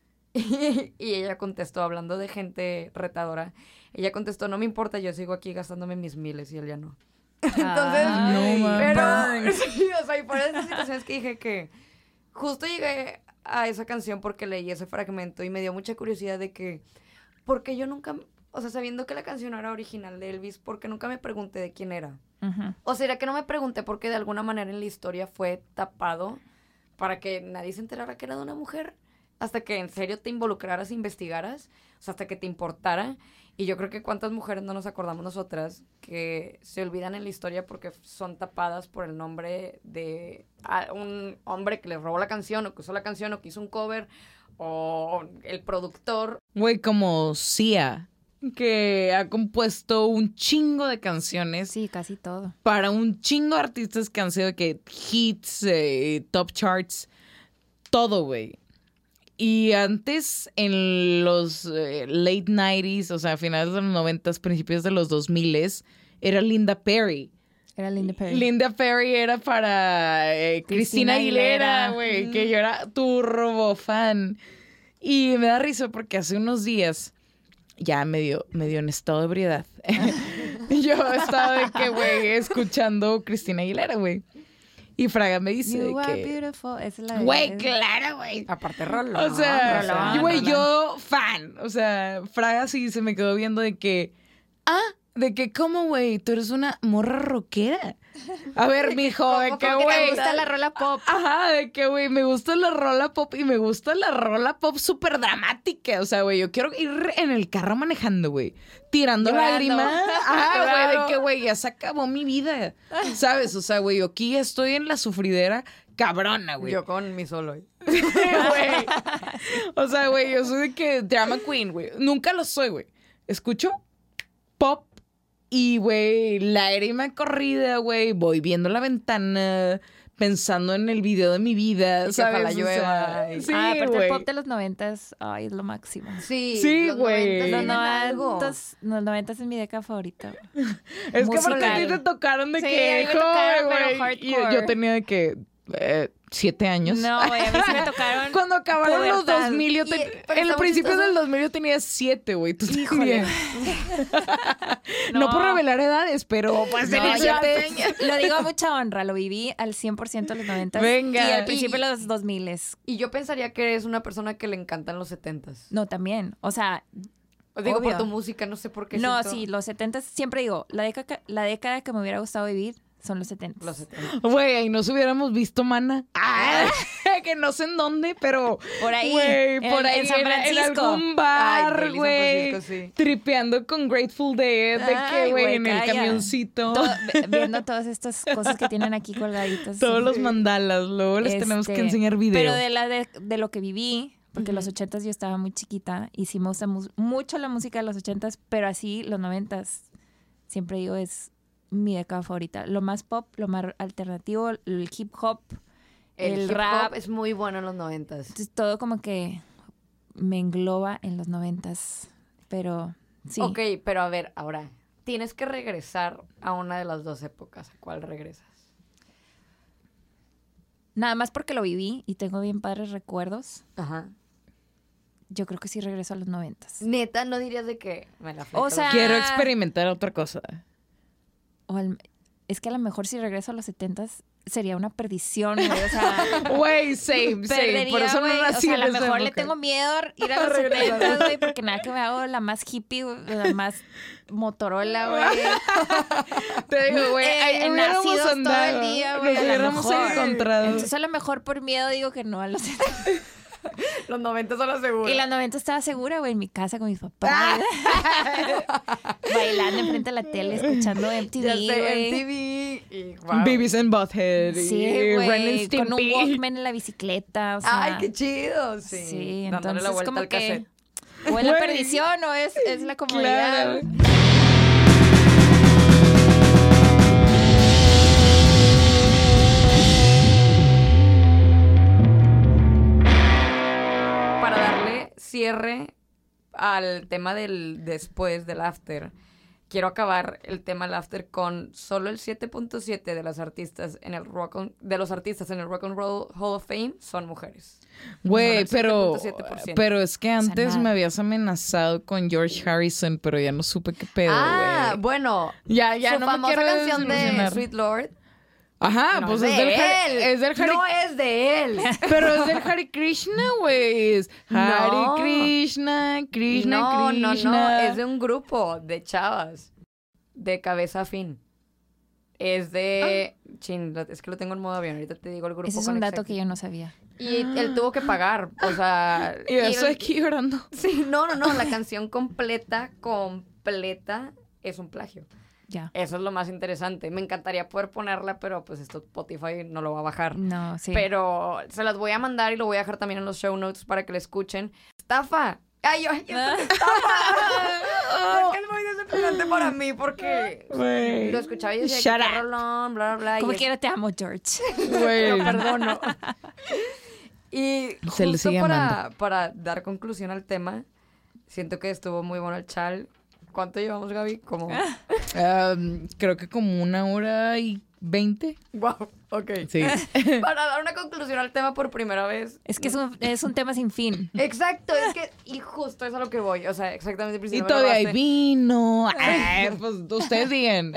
Speaker 4: Y ella contestó, hablando de gente retadora, ella contestó, no me importa, yo sigo aquí gastándome mis miles y él ya no. Entonces,
Speaker 3: no, man.
Speaker 4: pero, sí, o sea, y por esas situaciones que dije que justo llegué a esa canción porque leí ese fragmento y me dio mucha curiosidad de que, porque yo nunca, o sea, sabiendo que la canción era original de Elvis, porque nunca me pregunté de quién era.
Speaker 5: Ujú.
Speaker 4: O será que no me pregunté porque de alguna manera en la historia fue tapado para que nadie se enterara que era de una mujer, hasta que en serio te involucraras e investigaras, o sea, hasta que te importara. Y yo creo que cuántas mujeres no nos acordamos nosotras que se olvidan en la historia porque son tapadas por el nombre de un hombre que les robó la canción, o que usó la canción, o que hizo un cover, o el productor.
Speaker 3: Güey, como Sia, que ha compuesto un chingo de canciones
Speaker 5: Sí, casi todo.
Speaker 3: para un chingo de artistas que han sido que hits, top charts, todo, güey. Y antes, en los late 90s, o sea, finales de los 90s, principios de los 2000s, era Linda Perry.
Speaker 5: Era Linda Perry.
Speaker 3: Linda Perry era para Cristina Aguilera,
Speaker 5: Aguilera.
Speaker 3: güey, que yo era turbo fan. Y me da risa porque hace unos días, ya medio en estado de ebriedad, yo estaba de que, güey, escuchando Cristina Aguilera, güey. Y Fraga me dice
Speaker 5: You
Speaker 3: de
Speaker 5: are
Speaker 3: que...
Speaker 5: beautiful. Esa es la de-
Speaker 3: Güey, claro, güey.
Speaker 4: Aparte, rolón.
Speaker 3: O sea,
Speaker 5: rolón,
Speaker 3: güey,
Speaker 5: rolón.
Speaker 3: yo fan. O sea, Fraga sí se me quedó viendo de que... de que, ¿cómo, güey? Tú eres una morra rockera. A ver, mijo, de que,
Speaker 5: ¿Cómo que te
Speaker 3: güey...
Speaker 5: gusta la rola pop?
Speaker 3: Ajá, de que, güey, me gusta la rola pop y me gusta la rola pop súper dramática. O sea, güey, yo quiero ir en el carro manejando, güey, tirando
Speaker 5: Llorando.
Speaker 3: lágrimas. Ajá, güey,
Speaker 5: Claro.
Speaker 3: de que, güey, ya se acabó mi vida. ¿Sabes? O sea, güey, yo aquí estoy en la sufridera cabrona, güey.
Speaker 4: Yo con mi solo.
Speaker 3: Güey. O sea, güey, yo soy de que drama queen, güey. Nunca lo soy, güey. Escucho pop y, güey, lágrima corrida, güey. Voy viendo la ventana, pensando en el video de mi vida,
Speaker 4: Y que
Speaker 3: ¿sabes?
Speaker 4: ojalá
Speaker 3: O
Speaker 4: llueva.
Speaker 3: sea, sí,
Speaker 5: Aparte
Speaker 3: güey.
Speaker 5: el pop de los 90s, ay, es lo máximo.
Speaker 4: Sí,
Speaker 3: Sí,
Speaker 4: los
Speaker 3: güey.
Speaker 4: 90s
Speaker 5: Los
Speaker 4: tienen algo.
Speaker 5: 90s es mi década favorita.
Speaker 3: Es que aparte a ti
Speaker 5: musical.
Speaker 3: te tocaron de
Speaker 5: Sí,
Speaker 3: que,
Speaker 5: a mí me tocaron,
Speaker 3: joven,
Speaker 5: pero
Speaker 3: güey. Y
Speaker 5: hardcore.
Speaker 3: yo tenía de que 7 años.
Speaker 5: No, güey, a mí sí me tocaron.
Speaker 3: Cuando acabaron los
Speaker 5: pubertad.
Speaker 3: 2000, yo
Speaker 4: pero
Speaker 3: en el
Speaker 4: estamos
Speaker 3: principio
Speaker 4: chistosos.
Speaker 3: del 2000 yo tenía 7, güey. Tú
Speaker 5: Híjole.
Speaker 3: No. No por revelar edades, pero pues
Speaker 5: No,
Speaker 3: tenía
Speaker 5: yo
Speaker 3: 7 años.
Speaker 5: lo digo a mucha honra, lo viví al 100% en los 90s.
Speaker 3: Venga.
Speaker 5: Y al principio de los 2000s.
Speaker 4: Y yo pensaría que eres una persona que le encantan los 70s.
Speaker 5: No, también. O sea,
Speaker 4: Os digo
Speaker 5: obvio.
Speaker 4: por tu música, no sé por qué.
Speaker 5: no,
Speaker 4: siento
Speaker 5: sí, los 70s, siempre digo, la década que me hubiera gustado vivir son los 70s.
Speaker 4: Los 70s.
Speaker 3: Güey, ahí nos hubiéramos visto, mana. Que no sé en dónde, pero...
Speaker 5: Por ahí,
Speaker 3: Güey,
Speaker 5: en-
Speaker 3: por ahí
Speaker 5: en San
Speaker 3: en
Speaker 5: Francisco.
Speaker 3: algún bar,
Speaker 4: Ay, San
Speaker 3: güey.
Speaker 4: Francisco, sí.
Speaker 3: Tripeando con Grateful Dead. De que,
Speaker 5: Ay,
Speaker 3: güey,
Speaker 5: güey,
Speaker 3: en el
Speaker 5: calla.
Speaker 3: camioncito.
Speaker 5: Viendo todas estas cosas que tienen aquí colgaditas.
Speaker 3: Todos los mandalas. Luego les tenemos que enseñar video.
Speaker 5: Pero de lo que viví, porque los 80s yo estaba muy chiquita y sí me gusta mucho la música de los 80s, pero así los 90s, siempre digo, es mi década favorita. Lo más pop, lo más alternativo, el hip hop, el
Speaker 4: hip
Speaker 5: rap.
Speaker 4: hop es muy bueno en los 90s.
Speaker 5: Entonces, todo como que me engloba en los 90s. Pero sí.
Speaker 4: Ok, pero a ver, ahora, tienes que regresar a una de las dos épocas. ¿A cuál regresas?
Speaker 5: Nada más porque lo viví y tengo bien padres recuerdos.
Speaker 4: Ajá.
Speaker 5: Yo creo que sí regreso a los 90s.
Speaker 4: Neta, no dirías de que me la fleto
Speaker 5: O sea,
Speaker 3: Quiero experimentar otra cosa.
Speaker 5: Es que a lo mejor si regreso a los 70s sería una perdición, güey. O sea,
Speaker 3: Güey, same.
Speaker 5: perdería,
Speaker 3: Por eso no
Speaker 5: güey.
Speaker 3: nací
Speaker 5: O sea, a
Speaker 3: en
Speaker 5: lo
Speaker 3: esa
Speaker 5: mejor le
Speaker 3: época.
Speaker 5: tengo miedo ir a los 70s, güey, porque nada que me hago la más hippie, güey, la más Motorola, güey.
Speaker 3: Te digo, güey, ahí
Speaker 5: En
Speaker 3: hubiéramos
Speaker 5: nacidos todo
Speaker 3: andado.
Speaker 5: el día, güey.
Speaker 3: Nos
Speaker 5: a lo
Speaker 3: hubiéramos
Speaker 5: mejor.
Speaker 3: encontrado.
Speaker 5: Entonces, a lo mejor por miedo digo que no a los 70s.
Speaker 4: Los 90 son los seguros.
Speaker 5: Y la 90 estaba segura, güey, en mi casa con mis papás. Bailando enfrente de la tele, escuchando MTV,
Speaker 4: Ya sé,
Speaker 5: güey.
Speaker 4: MTV. Y, wow.
Speaker 3: Beavis and Butthead.
Speaker 5: Sí,
Speaker 3: y Ren and
Speaker 5: güey, con un
Speaker 3: Stimpy.
Speaker 5: Walkman en la bicicleta, o sea.
Speaker 4: Ay, qué chido. Sí,
Speaker 5: Sí,
Speaker 4: dándole
Speaker 5: entonces
Speaker 4: la vuelta
Speaker 5: como
Speaker 4: al
Speaker 5: que
Speaker 4: cassette.
Speaker 5: o es la
Speaker 3: Güey.
Speaker 5: perdición o es la comodidad.
Speaker 3: Claro.
Speaker 4: Para darle cierre al tema del después, del after, quiero acabar el tema del after con solo el 7.7 de las artistas en el de los artistas en el Rock and Roll Hall of Fame son mujeres.
Speaker 3: Güey,
Speaker 4: Solo
Speaker 3: pero,
Speaker 4: el 7.7%.
Speaker 3: pero es que antes
Speaker 5: nada.
Speaker 3: me habías amenazado con George Harrison, pero ya no supe qué pedo, güey.
Speaker 4: Bueno,
Speaker 3: Ya
Speaker 4: su
Speaker 3: no me
Speaker 4: famosa
Speaker 3: quiero
Speaker 4: canción de
Speaker 3: desilusionar.
Speaker 4: Sweet Lord.
Speaker 3: Ajá,
Speaker 4: No
Speaker 3: pues
Speaker 4: es
Speaker 3: es
Speaker 4: de
Speaker 3: del
Speaker 4: él.
Speaker 3: Es del Hare...
Speaker 4: No es de él.
Speaker 3: Pero es del Hare Krishna, güey. Es Hare
Speaker 4: No.
Speaker 3: Krishna, Krishna,
Speaker 4: No,
Speaker 3: Krishna.
Speaker 4: es de un grupo de chavas de cabeza a fin. Es de... Chin, es que lo tengo en modo avión, ahorita te digo el grupo.
Speaker 5: Ese es
Speaker 4: con
Speaker 5: un dato
Speaker 4: exactitud.
Speaker 5: que yo no sabía.
Speaker 4: Y él tuvo que pagar, o sea...
Speaker 3: Y yo estoy aquí llorando.
Speaker 4: Sí, no, la canción completa es un plagio.
Speaker 5: Ya.
Speaker 4: Eso es lo más interesante. Me encantaría poder ponerla, pero pues esto Spotify no lo va a bajar.
Speaker 5: No, sí.
Speaker 4: Pero se las voy a mandar y lo voy a dejar también en los show notes para que la escuchen. ¡Estafa! ¡Ay, esto es estafa! Es que es muy decepcionante para mí porque
Speaker 3: Güey.
Speaker 4: lo escuchaba y decía
Speaker 3: Shut
Speaker 4: que
Speaker 3: up.
Speaker 4: qué rolón, bla, bla, bla.
Speaker 5: Como
Speaker 4: y es-
Speaker 5: quiera te amo, George.
Speaker 3: Güey.
Speaker 4: Lo perdono. Y
Speaker 3: Se le
Speaker 4: justo
Speaker 3: sigue amando.
Speaker 4: para dar conclusión al tema, siento que estuvo muy bueno el chal. ¿Cuánto llevamos, Gaby? Como...
Speaker 3: Creo que como 1:20.
Speaker 4: Wow, ok.
Speaker 3: Sí.
Speaker 4: Para dar una conclusión al tema por primera vez.
Speaker 5: Es que es un tema sin fin.
Speaker 4: Exacto, es que... Y justo es a lo que voy. O sea, exactamente.
Speaker 3: Y
Speaker 4: Priscila, me
Speaker 3: todavía hay
Speaker 4: robaste.
Speaker 3: vino. Pues ustedes digan.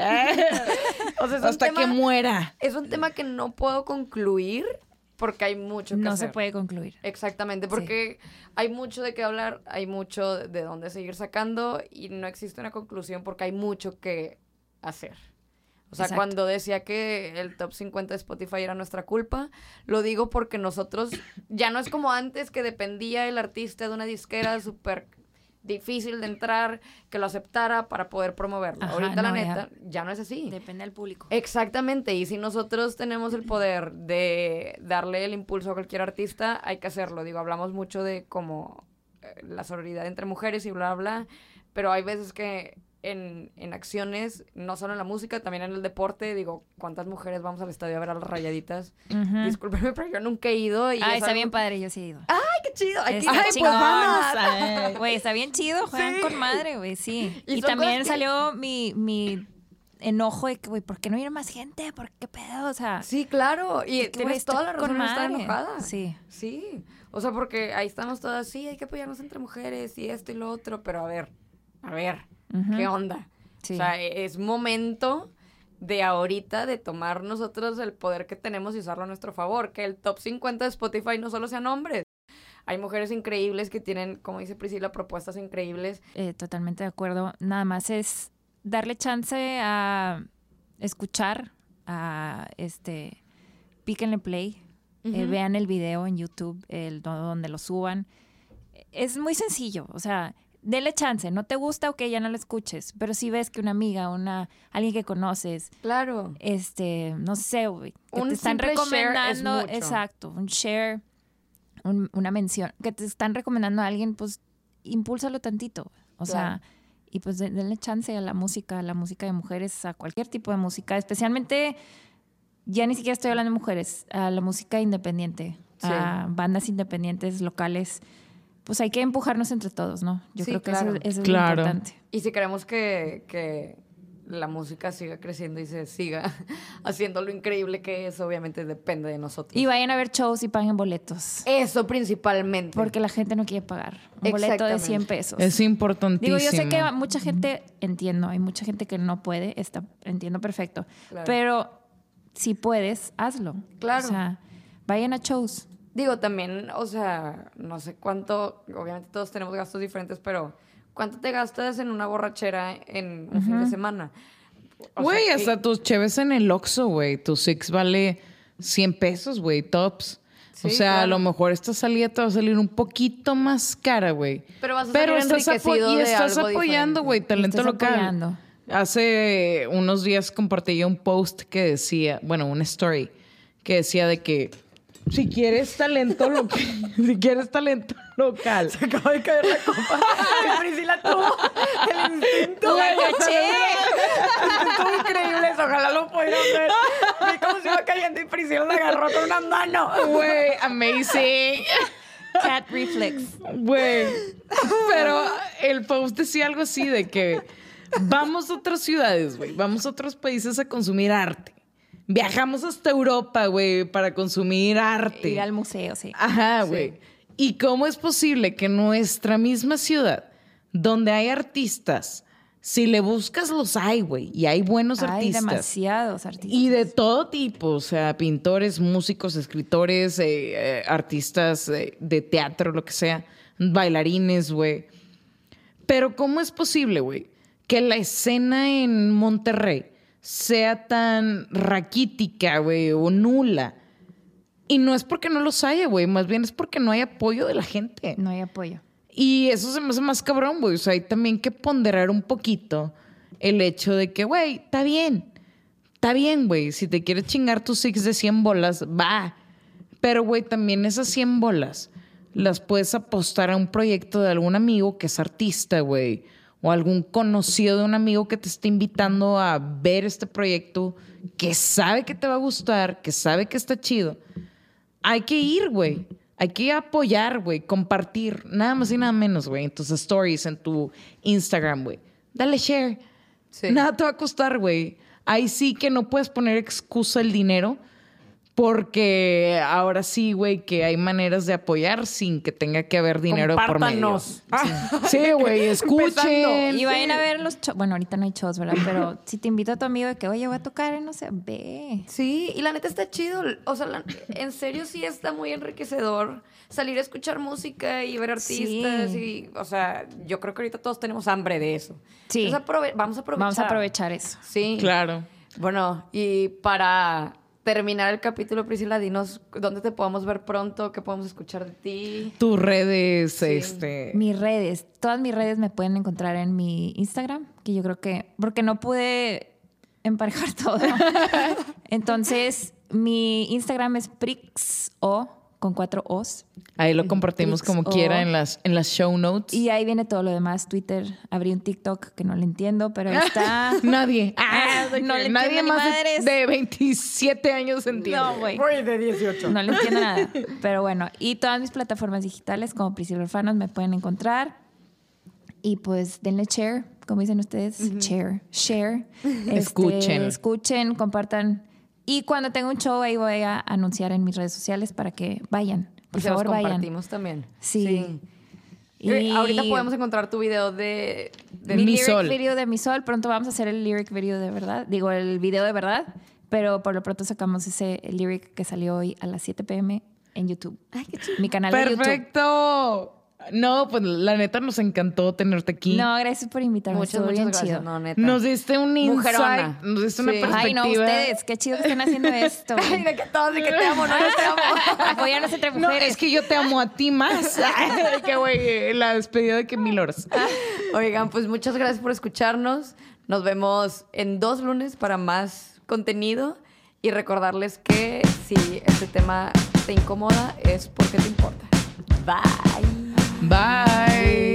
Speaker 4: O sea, es un
Speaker 3: Hasta
Speaker 4: tema-
Speaker 3: que muera.
Speaker 4: Es un tema que no puedo concluir porque hay mucho que
Speaker 5: No
Speaker 4: hacer.
Speaker 5: se puede concluir.
Speaker 4: Exactamente, porque hay mucho de qué hablar, hay mucho de dónde seguir sacando y no existe una conclusión porque hay mucho que hacer. O sea,
Speaker 5: Exacto.
Speaker 4: cuando decía que el top 50 de Spotify era nuestra culpa, lo digo porque nosotros ya no es como antes que dependía el artista de una disquera súper difícil de entrar, que lo aceptara para poder promoverlo.
Speaker 5: Ajá,
Speaker 4: Ahorita, la
Speaker 5: no,
Speaker 4: neta, ya no es así.
Speaker 5: Depende del público.
Speaker 4: Exactamente, y si nosotros tenemos el poder de darle el impulso a cualquier artista, hay que hacerlo. Digo, hablamos mucho de como la sororidad entre mujeres y bla, bla, pero hay veces que en acciones, no solo en la música, también en el deporte, digo, ¿cuántas mujeres vamos al estadio a ver a las Rayaditas?
Speaker 5: Ujú.
Speaker 4: Discúlpenme, pero yo nunca he ido. Y
Speaker 5: Ah,
Speaker 4: es
Speaker 5: está
Speaker 4: algo-
Speaker 5: bien padre, yo sí he ido.
Speaker 4: ¡Ay, qué chido! Hay que ir.
Speaker 5: Está
Speaker 3: Ay, pues
Speaker 5: chingón.
Speaker 3: vamos. Ay.
Speaker 5: Güey, está bien chido, juegan
Speaker 4: Sí.
Speaker 5: con madre, güey, sí.
Speaker 4: Y
Speaker 5: Y
Speaker 4: son
Speaker 5: también
Speaker 4: cosas que-
Speaker 5: salió mi enojo de que, güey, ¿por qué no viene más gente? ¿Por qué pedo? O sea,
Speaker 4: Sí, claro, y
Speaker 5: güey,
Speaker 4: tienes
Speaker 5: está
Speaker 4: toda la razón
Speaker 5: con
Speaker 4: en estar
Speaker 5: madre.
Speaker 4: enojada.
Speaker 5: Sí.
Speaker 4: Sí, o sea, porque ahí estamos todas, sí, hay que apoyarnos entre mujeres y esto y lo otro, pero a ver,
Speaker 5: Ujú.
Speaker 4: ¿qué onda?
Speaker 5: Sí.
Speaker 4: O sea, es momento de ahorita de tomar nosotros el poder que tenemos y usarlo a nuestro favor, que el top 50 de Spotify no solo sean hombres. Hay mujeres increíbles que tienen, como dice Priscila, propuestas increíbles.
Speaker 5: Totalmente de acuerdo. Nada más es darle chance a escuchar, a píquenle play,
Speaker 4: Ujú.
Speaker 5: vean el video en YouTube, donde lo suban. Es muy sencillo, o sea, denle chance. No te gusta, ok, ya no lo escuches. Pero si ves que una amiga, alguien que conoces,
Speaker 4: Claro.
Speaker 5: no sé, güey, que
Speaker 4: Un
Speaker 5: te están
Speaker 4: simple share es
Speaker 5: recomendando,
Speaker 4: mucho.
Speaker 5: exacto, un share, una mención, que te están recomendando a alguien, pues impúlsalo tantito. O sea, y pues denle chance a la música de mujeres, a cualquier tipo de música, especialmente, ya ni siquiera estoy hablando de mujeres, a la música independiente,
Speaker 4: Sí.
Speaker 5: a bandas independientes, locales. Pues hay que empujarnos entre todos, ¿no? Yo
Speaker 4: Sí,
Speaker 5: creo que
Speaker 4: claro.
Speaker 5: eso es
Speaker 3: Claro.
Speaker 5: lo importante.
Speaker 4: Y si queremos que la música siga creciendo y se siga haciendo lo increíble que es, obviamente depende de nosotros.
Speaker 5: Y vayan a ver shows y paguen boletos.
Speaker 4: Eso principalmente.
Speaker 5: Porque la gente no quiere pagar un boleto de
Speaker 4: Exactamente.
Speaker 5: 100 pesos.
Speaker 3: Es importantísimo.
Speaker 5: Digo, yo sé que mucha gente, entiendo, hay mucha gente que no puede, entiendo perfecto.
Speaker 4: Claro.
Speaker 5: Pero si puedes, hazlo.
Speaker 4: Claro.
Speaker 5: O sea, vayan a shows.
Speaker 4: Digo, también, o sea, no sé cuánto, obviamente todos tenemos gastos diferentes, pero ¿cuánto te gastas en una borrachera en un fin de semana? O
Speaker 3: Güey,
Speaker 4: sea,
Speaker 3: hasta tus cheves en el Oxxo, güey. Tu Six vale 100 pesos, güey, tops.
Speaker 4: Sí,
Speaker 3: o sea, a
Speaker 4: claro.
Speaker 3: lo mejor esta salida te va a salir un poquito más cara, güey.
Speaker 4: Pero vas a salir enriquecido de
Speaker 3: estás
Speaker 4: algo
Speaker 3: apoyando,
Speaker 4: diferente.
Speaker 3: güey, talento
Speaker 5: Estás
Speaker 3: local.
Speaker 5: apoyando.
Speaker 3: Hace unos días compartí yo un post que decía, bueno, una story, que decía de que si quieres talento local, si quieres talento local.
Speaker 4: Se acaba de caer la copa. Y Priscila tuvo el instinto.
Speaker 5: ¡La caché!
Speaker 4: Estuvo increíble eso. Ojalá lo pudieran ver. Vi cómo se iba cayendo y Priscila la agarró con una mano.
Speaker 3: Güey, amazing.
Speaker 5: Cat reflex.
Speaker 3: Güey. Pero el post decía algo así de que vamos a otras ciudades, güey. Vamos a otros países a consumir arte. Viajamos hasta Europa, güey, para consumir arte.
Speaker 5: Ir al museo, sí.
Speaker 3: Ajá, güey. ¿Y cómo es posible que nuestra misma ciudad, donde hay artistas Si le buscas, los hay, güey. Y hay buenos
Speaker 5: Hay
Speaker 3: artistas.
Speaker 5: demasiados artistas.
Speaker 3: Y de todo tipo, o sea, pintores, músicos, escritores, artistas de teatro, lo que sea, bailarines, güey. Pero ¿cómo es posible, güey, que la escena en Monterrey sea tan raquítica, güey, o nula? Y no es porque no los haya, güey, más bien es porque no hay apoyo de la gente.
Speaker 5: No hay apoyo.
Speaker 3: Y eso se me hace más cabrón, güey. O sea, hay también que ponderar un poquito el hecho de que, güey, está bien, güey. Si te quieres chingar tus six de 100 bolas, va. Pero, güey, también esas 100 bolas las puedes apostar a un proyecto de algún amigo que es artista, güey. O algún conocido de un amigo que te está invitando a ver este proyecto, que sabe que te va a gustar, que sabe que está chido. Hay que ir, güey. Hay que apoyar, güey, compartir, nada más y nada menos, güey, en tus stories, en tu Instagram, güey. Dale share.
Speaker 4: Sí.
Speaker 3: Nada te va a costar, güey. Ahí sí que no puedes poner excusa el dinero, porque ahora sí, güey, que hay maneras de apoyar sin que tenga que haber dinero por medio.
Speaker 2: Compártanos.
Speaker 3: Sí, güey, escuchen.
Speaker 5: Y vayan a ver los shows. Bueno, ahorita no hay shows, ¿verdad? Pero si te invita a tu amigo de que, oye, voy a tocar, no sé, ve.
Speaker 4: Sí, y la neta está chido. O sea, en serio sí está muy enriquecedor salir a escuchar música y ver artistas.
Speaker 5: Sí.
Speaker 4: Y, o sea, yo creo que ahorita todos tenemos hambre de eso.
Speaker 5: Sí.
Speaker 4: Entonces vamos a aprovechar.
Speaker 5: Vamos a aprovechar eso.
Speaker 4: Sí.
Speaker 3: Claro.
Speaker 4: Bueno, y para terminar el capítulo, Priscila, dinos dónde te podemos ver pronto, qué podemos escuchar de ti.
Speaker 3: Tus redes,
Speaker 4: Sí.
Speaker 5: Mis redes, todas mis redes me pueden encontrar en mi Instagram, que yo creo que, porque no pude emparejar todo. Entonces, mi Instagram es prixo, con 4 O's.
Speaker 3: Ahí lo compartimos como
Speaker 5: Prix,
Speaker 3: quiera en las show notes.
Speaker 5: Y ahí viene todo lo demás. Twitter, abrí un TikTok que no le entiendo, pero ahí está.
Speaker 3: Nadie.
Speaker 5: No le
Speaker 3: nadie
Speaker 5: entiendo ni
Speaker 3: más
Speaker 5: madres.
Speaker 3: de 27 años entiende.
Speaker 5: No, güey.
Speaker 2: Güey, de 18.
Speaker 5: No le entiendo nada. Pero bueno, y todas mis plataformas digitales como Priscila Orfanos me pueden encontrar. Y pues denle share, como dicen ustedes, share.
Speaker 3: Escuchen.
Speaker 5: Escuchen, compartan. Y cuando tenga un show ahí voy a anunciar en mis redes sociales para que vayan. Por
Speaker 4: Y se los
Speaker 5: favor, vayan.
Speaker 4: compartimos también.
Speaker 5: Sí.
Speaker 4: Y ahorita podemos encontrar tu video de
Speaker 5: mi
Speaker 3: Mi
Speaker 5: lyric
Speaker 3: Sol.
Speaker 5: video de Mi Sol. Pronto vamos a hacer el lyric video de verdad. Digo, el video de verdad. Pero por lo pronto sacamos ese lyric que salió hoy a las 7 p.m. en YouTube. Ay, qué chido. Mi canal de YouTube.
Speaker 3: ¡Perfecto! No, pues la neta nos encantó tenerte aquí.
Speaker 5: No, gracias por invitarme.
Speaker 4: Muchas,
Speaker 5: Estuvo
Speaker 4: muchas
Speaker 5: bien
Speaker 4: gracias.
Speaker 5: chido.
Speaker 4: No, neta.
Speaker 3: Nos diste un insight,
Speaker 4: Mujerona.
Speaker 3: nos diste una
Speaker 4: Sí.
Speaker 3: perspectiva.
Speaker 5: Ay, no, ustedes. Qué chido que estén haciendo esto.
Speaker 4: Ay, de que todos, de que te amo, no, yo te amo.
Speaker 5: Apoyarnos entre
Speaker 3: No,
Speaker 5: mujeres.
Speaker 3: es que yo te amo a ti más. Ay, que güey, la despedida de que 1000 horas.
Speaker 4: Oigan, pues muchas gracias por escucharnos. Nos vemos en 2 lunes para más contenido. Y recordarles que si este tema te incomoda es porque te importa. Bye.
Speaker 3: Bye.